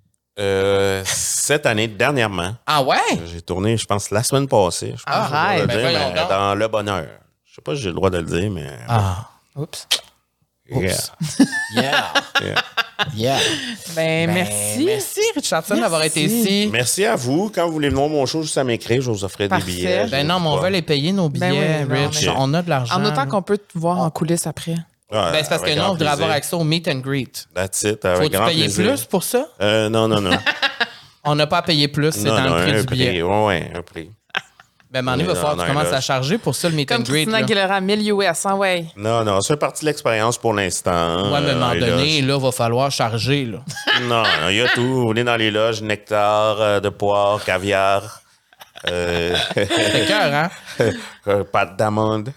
Euh, cette année, dernièrement, Ah ouais? j'ai tourné, je pense, la semaine passée. Je pense Ah, que j'ai le droit de ben le dire, voyons mais donc. dans le bonheur. Je sais pas si j'ai le droit de le dire, mais. Ah. Oups. yeah. Yeah. Yeah. Yeah. Ben, Ben, merci. Merci, Richardson, d'avoir été Merci. ici. Merci à vous. Quand vous voulez venir voir mon show, juste à m'écrire, je vous offrir Parfait. des billets. Ben non, mais on va les payer, nos billets, Ben oui, non, Rich. mais- On a de l'argent. En autant là. qu'on peut te voir en coulisses après. Ouais, Ben, c'est parce que avec non, grand on voudrait avoir plaisir. accès au meet and greet. That's it, avec Faut-tu grand payer plaisir. plus pour ça? Euh, non, non, non. On n'a pas à payer plus, c'est non, dans non, le prix un du billet. prix. Ouais, ouais, un prix. Ben, Mané, il va Oui, falloir que non, tu non, commences là, à charger pour ça, le meet Comme and greet. Christina là. Aguilera, mille U S, hein, ouais. Non, non, c'est partie de l'expérience pour l'instant. Ouais, mais à un moment Euh, donné, les là, il va falloir charger, là. loges. Non, non, il y a tout. Vous venez dans les loges, nectar, euh, de poire, caviar, euh, C'est cœur, hein? euh, pâte d'amande.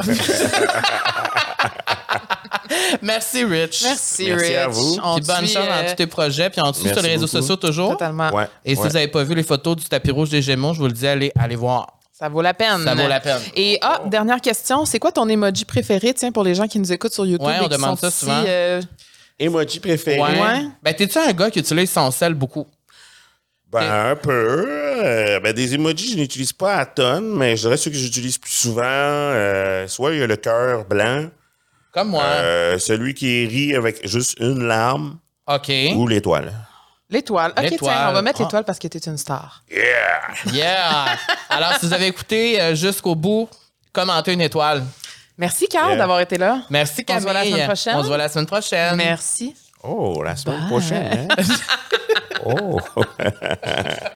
Merci, Rich. Merci, Merci Rich. à vous. On Puis bonne te suit, chance euh, dans tous tes projets. Puis on te suit Merci sur les réseaux beaucoup. sociaux toujours. Totalement. Ouais. Et si ouais. vous n'avez pas vu les photos du tapis rouge des Gémeaux, je vous le dis, allez, allez voir. Ça vaut la peine. Ça vaut la peine. Et ah, dernière question, c'est quoi ton emoji préféré, tiens, pour les gens qui nous écoutent sur YouTube? Ouais, et on qui demande sont ça souvent. ici, euh, Emoji préféré? Ouais. Ouais. Ben, t'es-tu un gars qui utilise son sel beaucoup? Ben, un peu. Euh, ben, des emojis, je n'utilise pas à tonnes, mais je dirais ceux que j'utilise plus souvent. Euh, soit il y a le cœur blanc, Comme moi. euh, celui qui rit avec juste une larme, OK. ou l'étoile. l'étoile. OK, L'étoile. tiens, on va mettre Ah. l'étoile parce que t'es une star. Yeah! Yeah! Alors, si vous avez écouté euh, jusqu'au bout, commentez une étoile. Merci, Carl, Yeah. d'avoir été là. Merci, On Camille. se voit la semaine prochaine. On se voit la semaine prochaine. Merci. Oh, la semaine prochaine. Hein? Oh!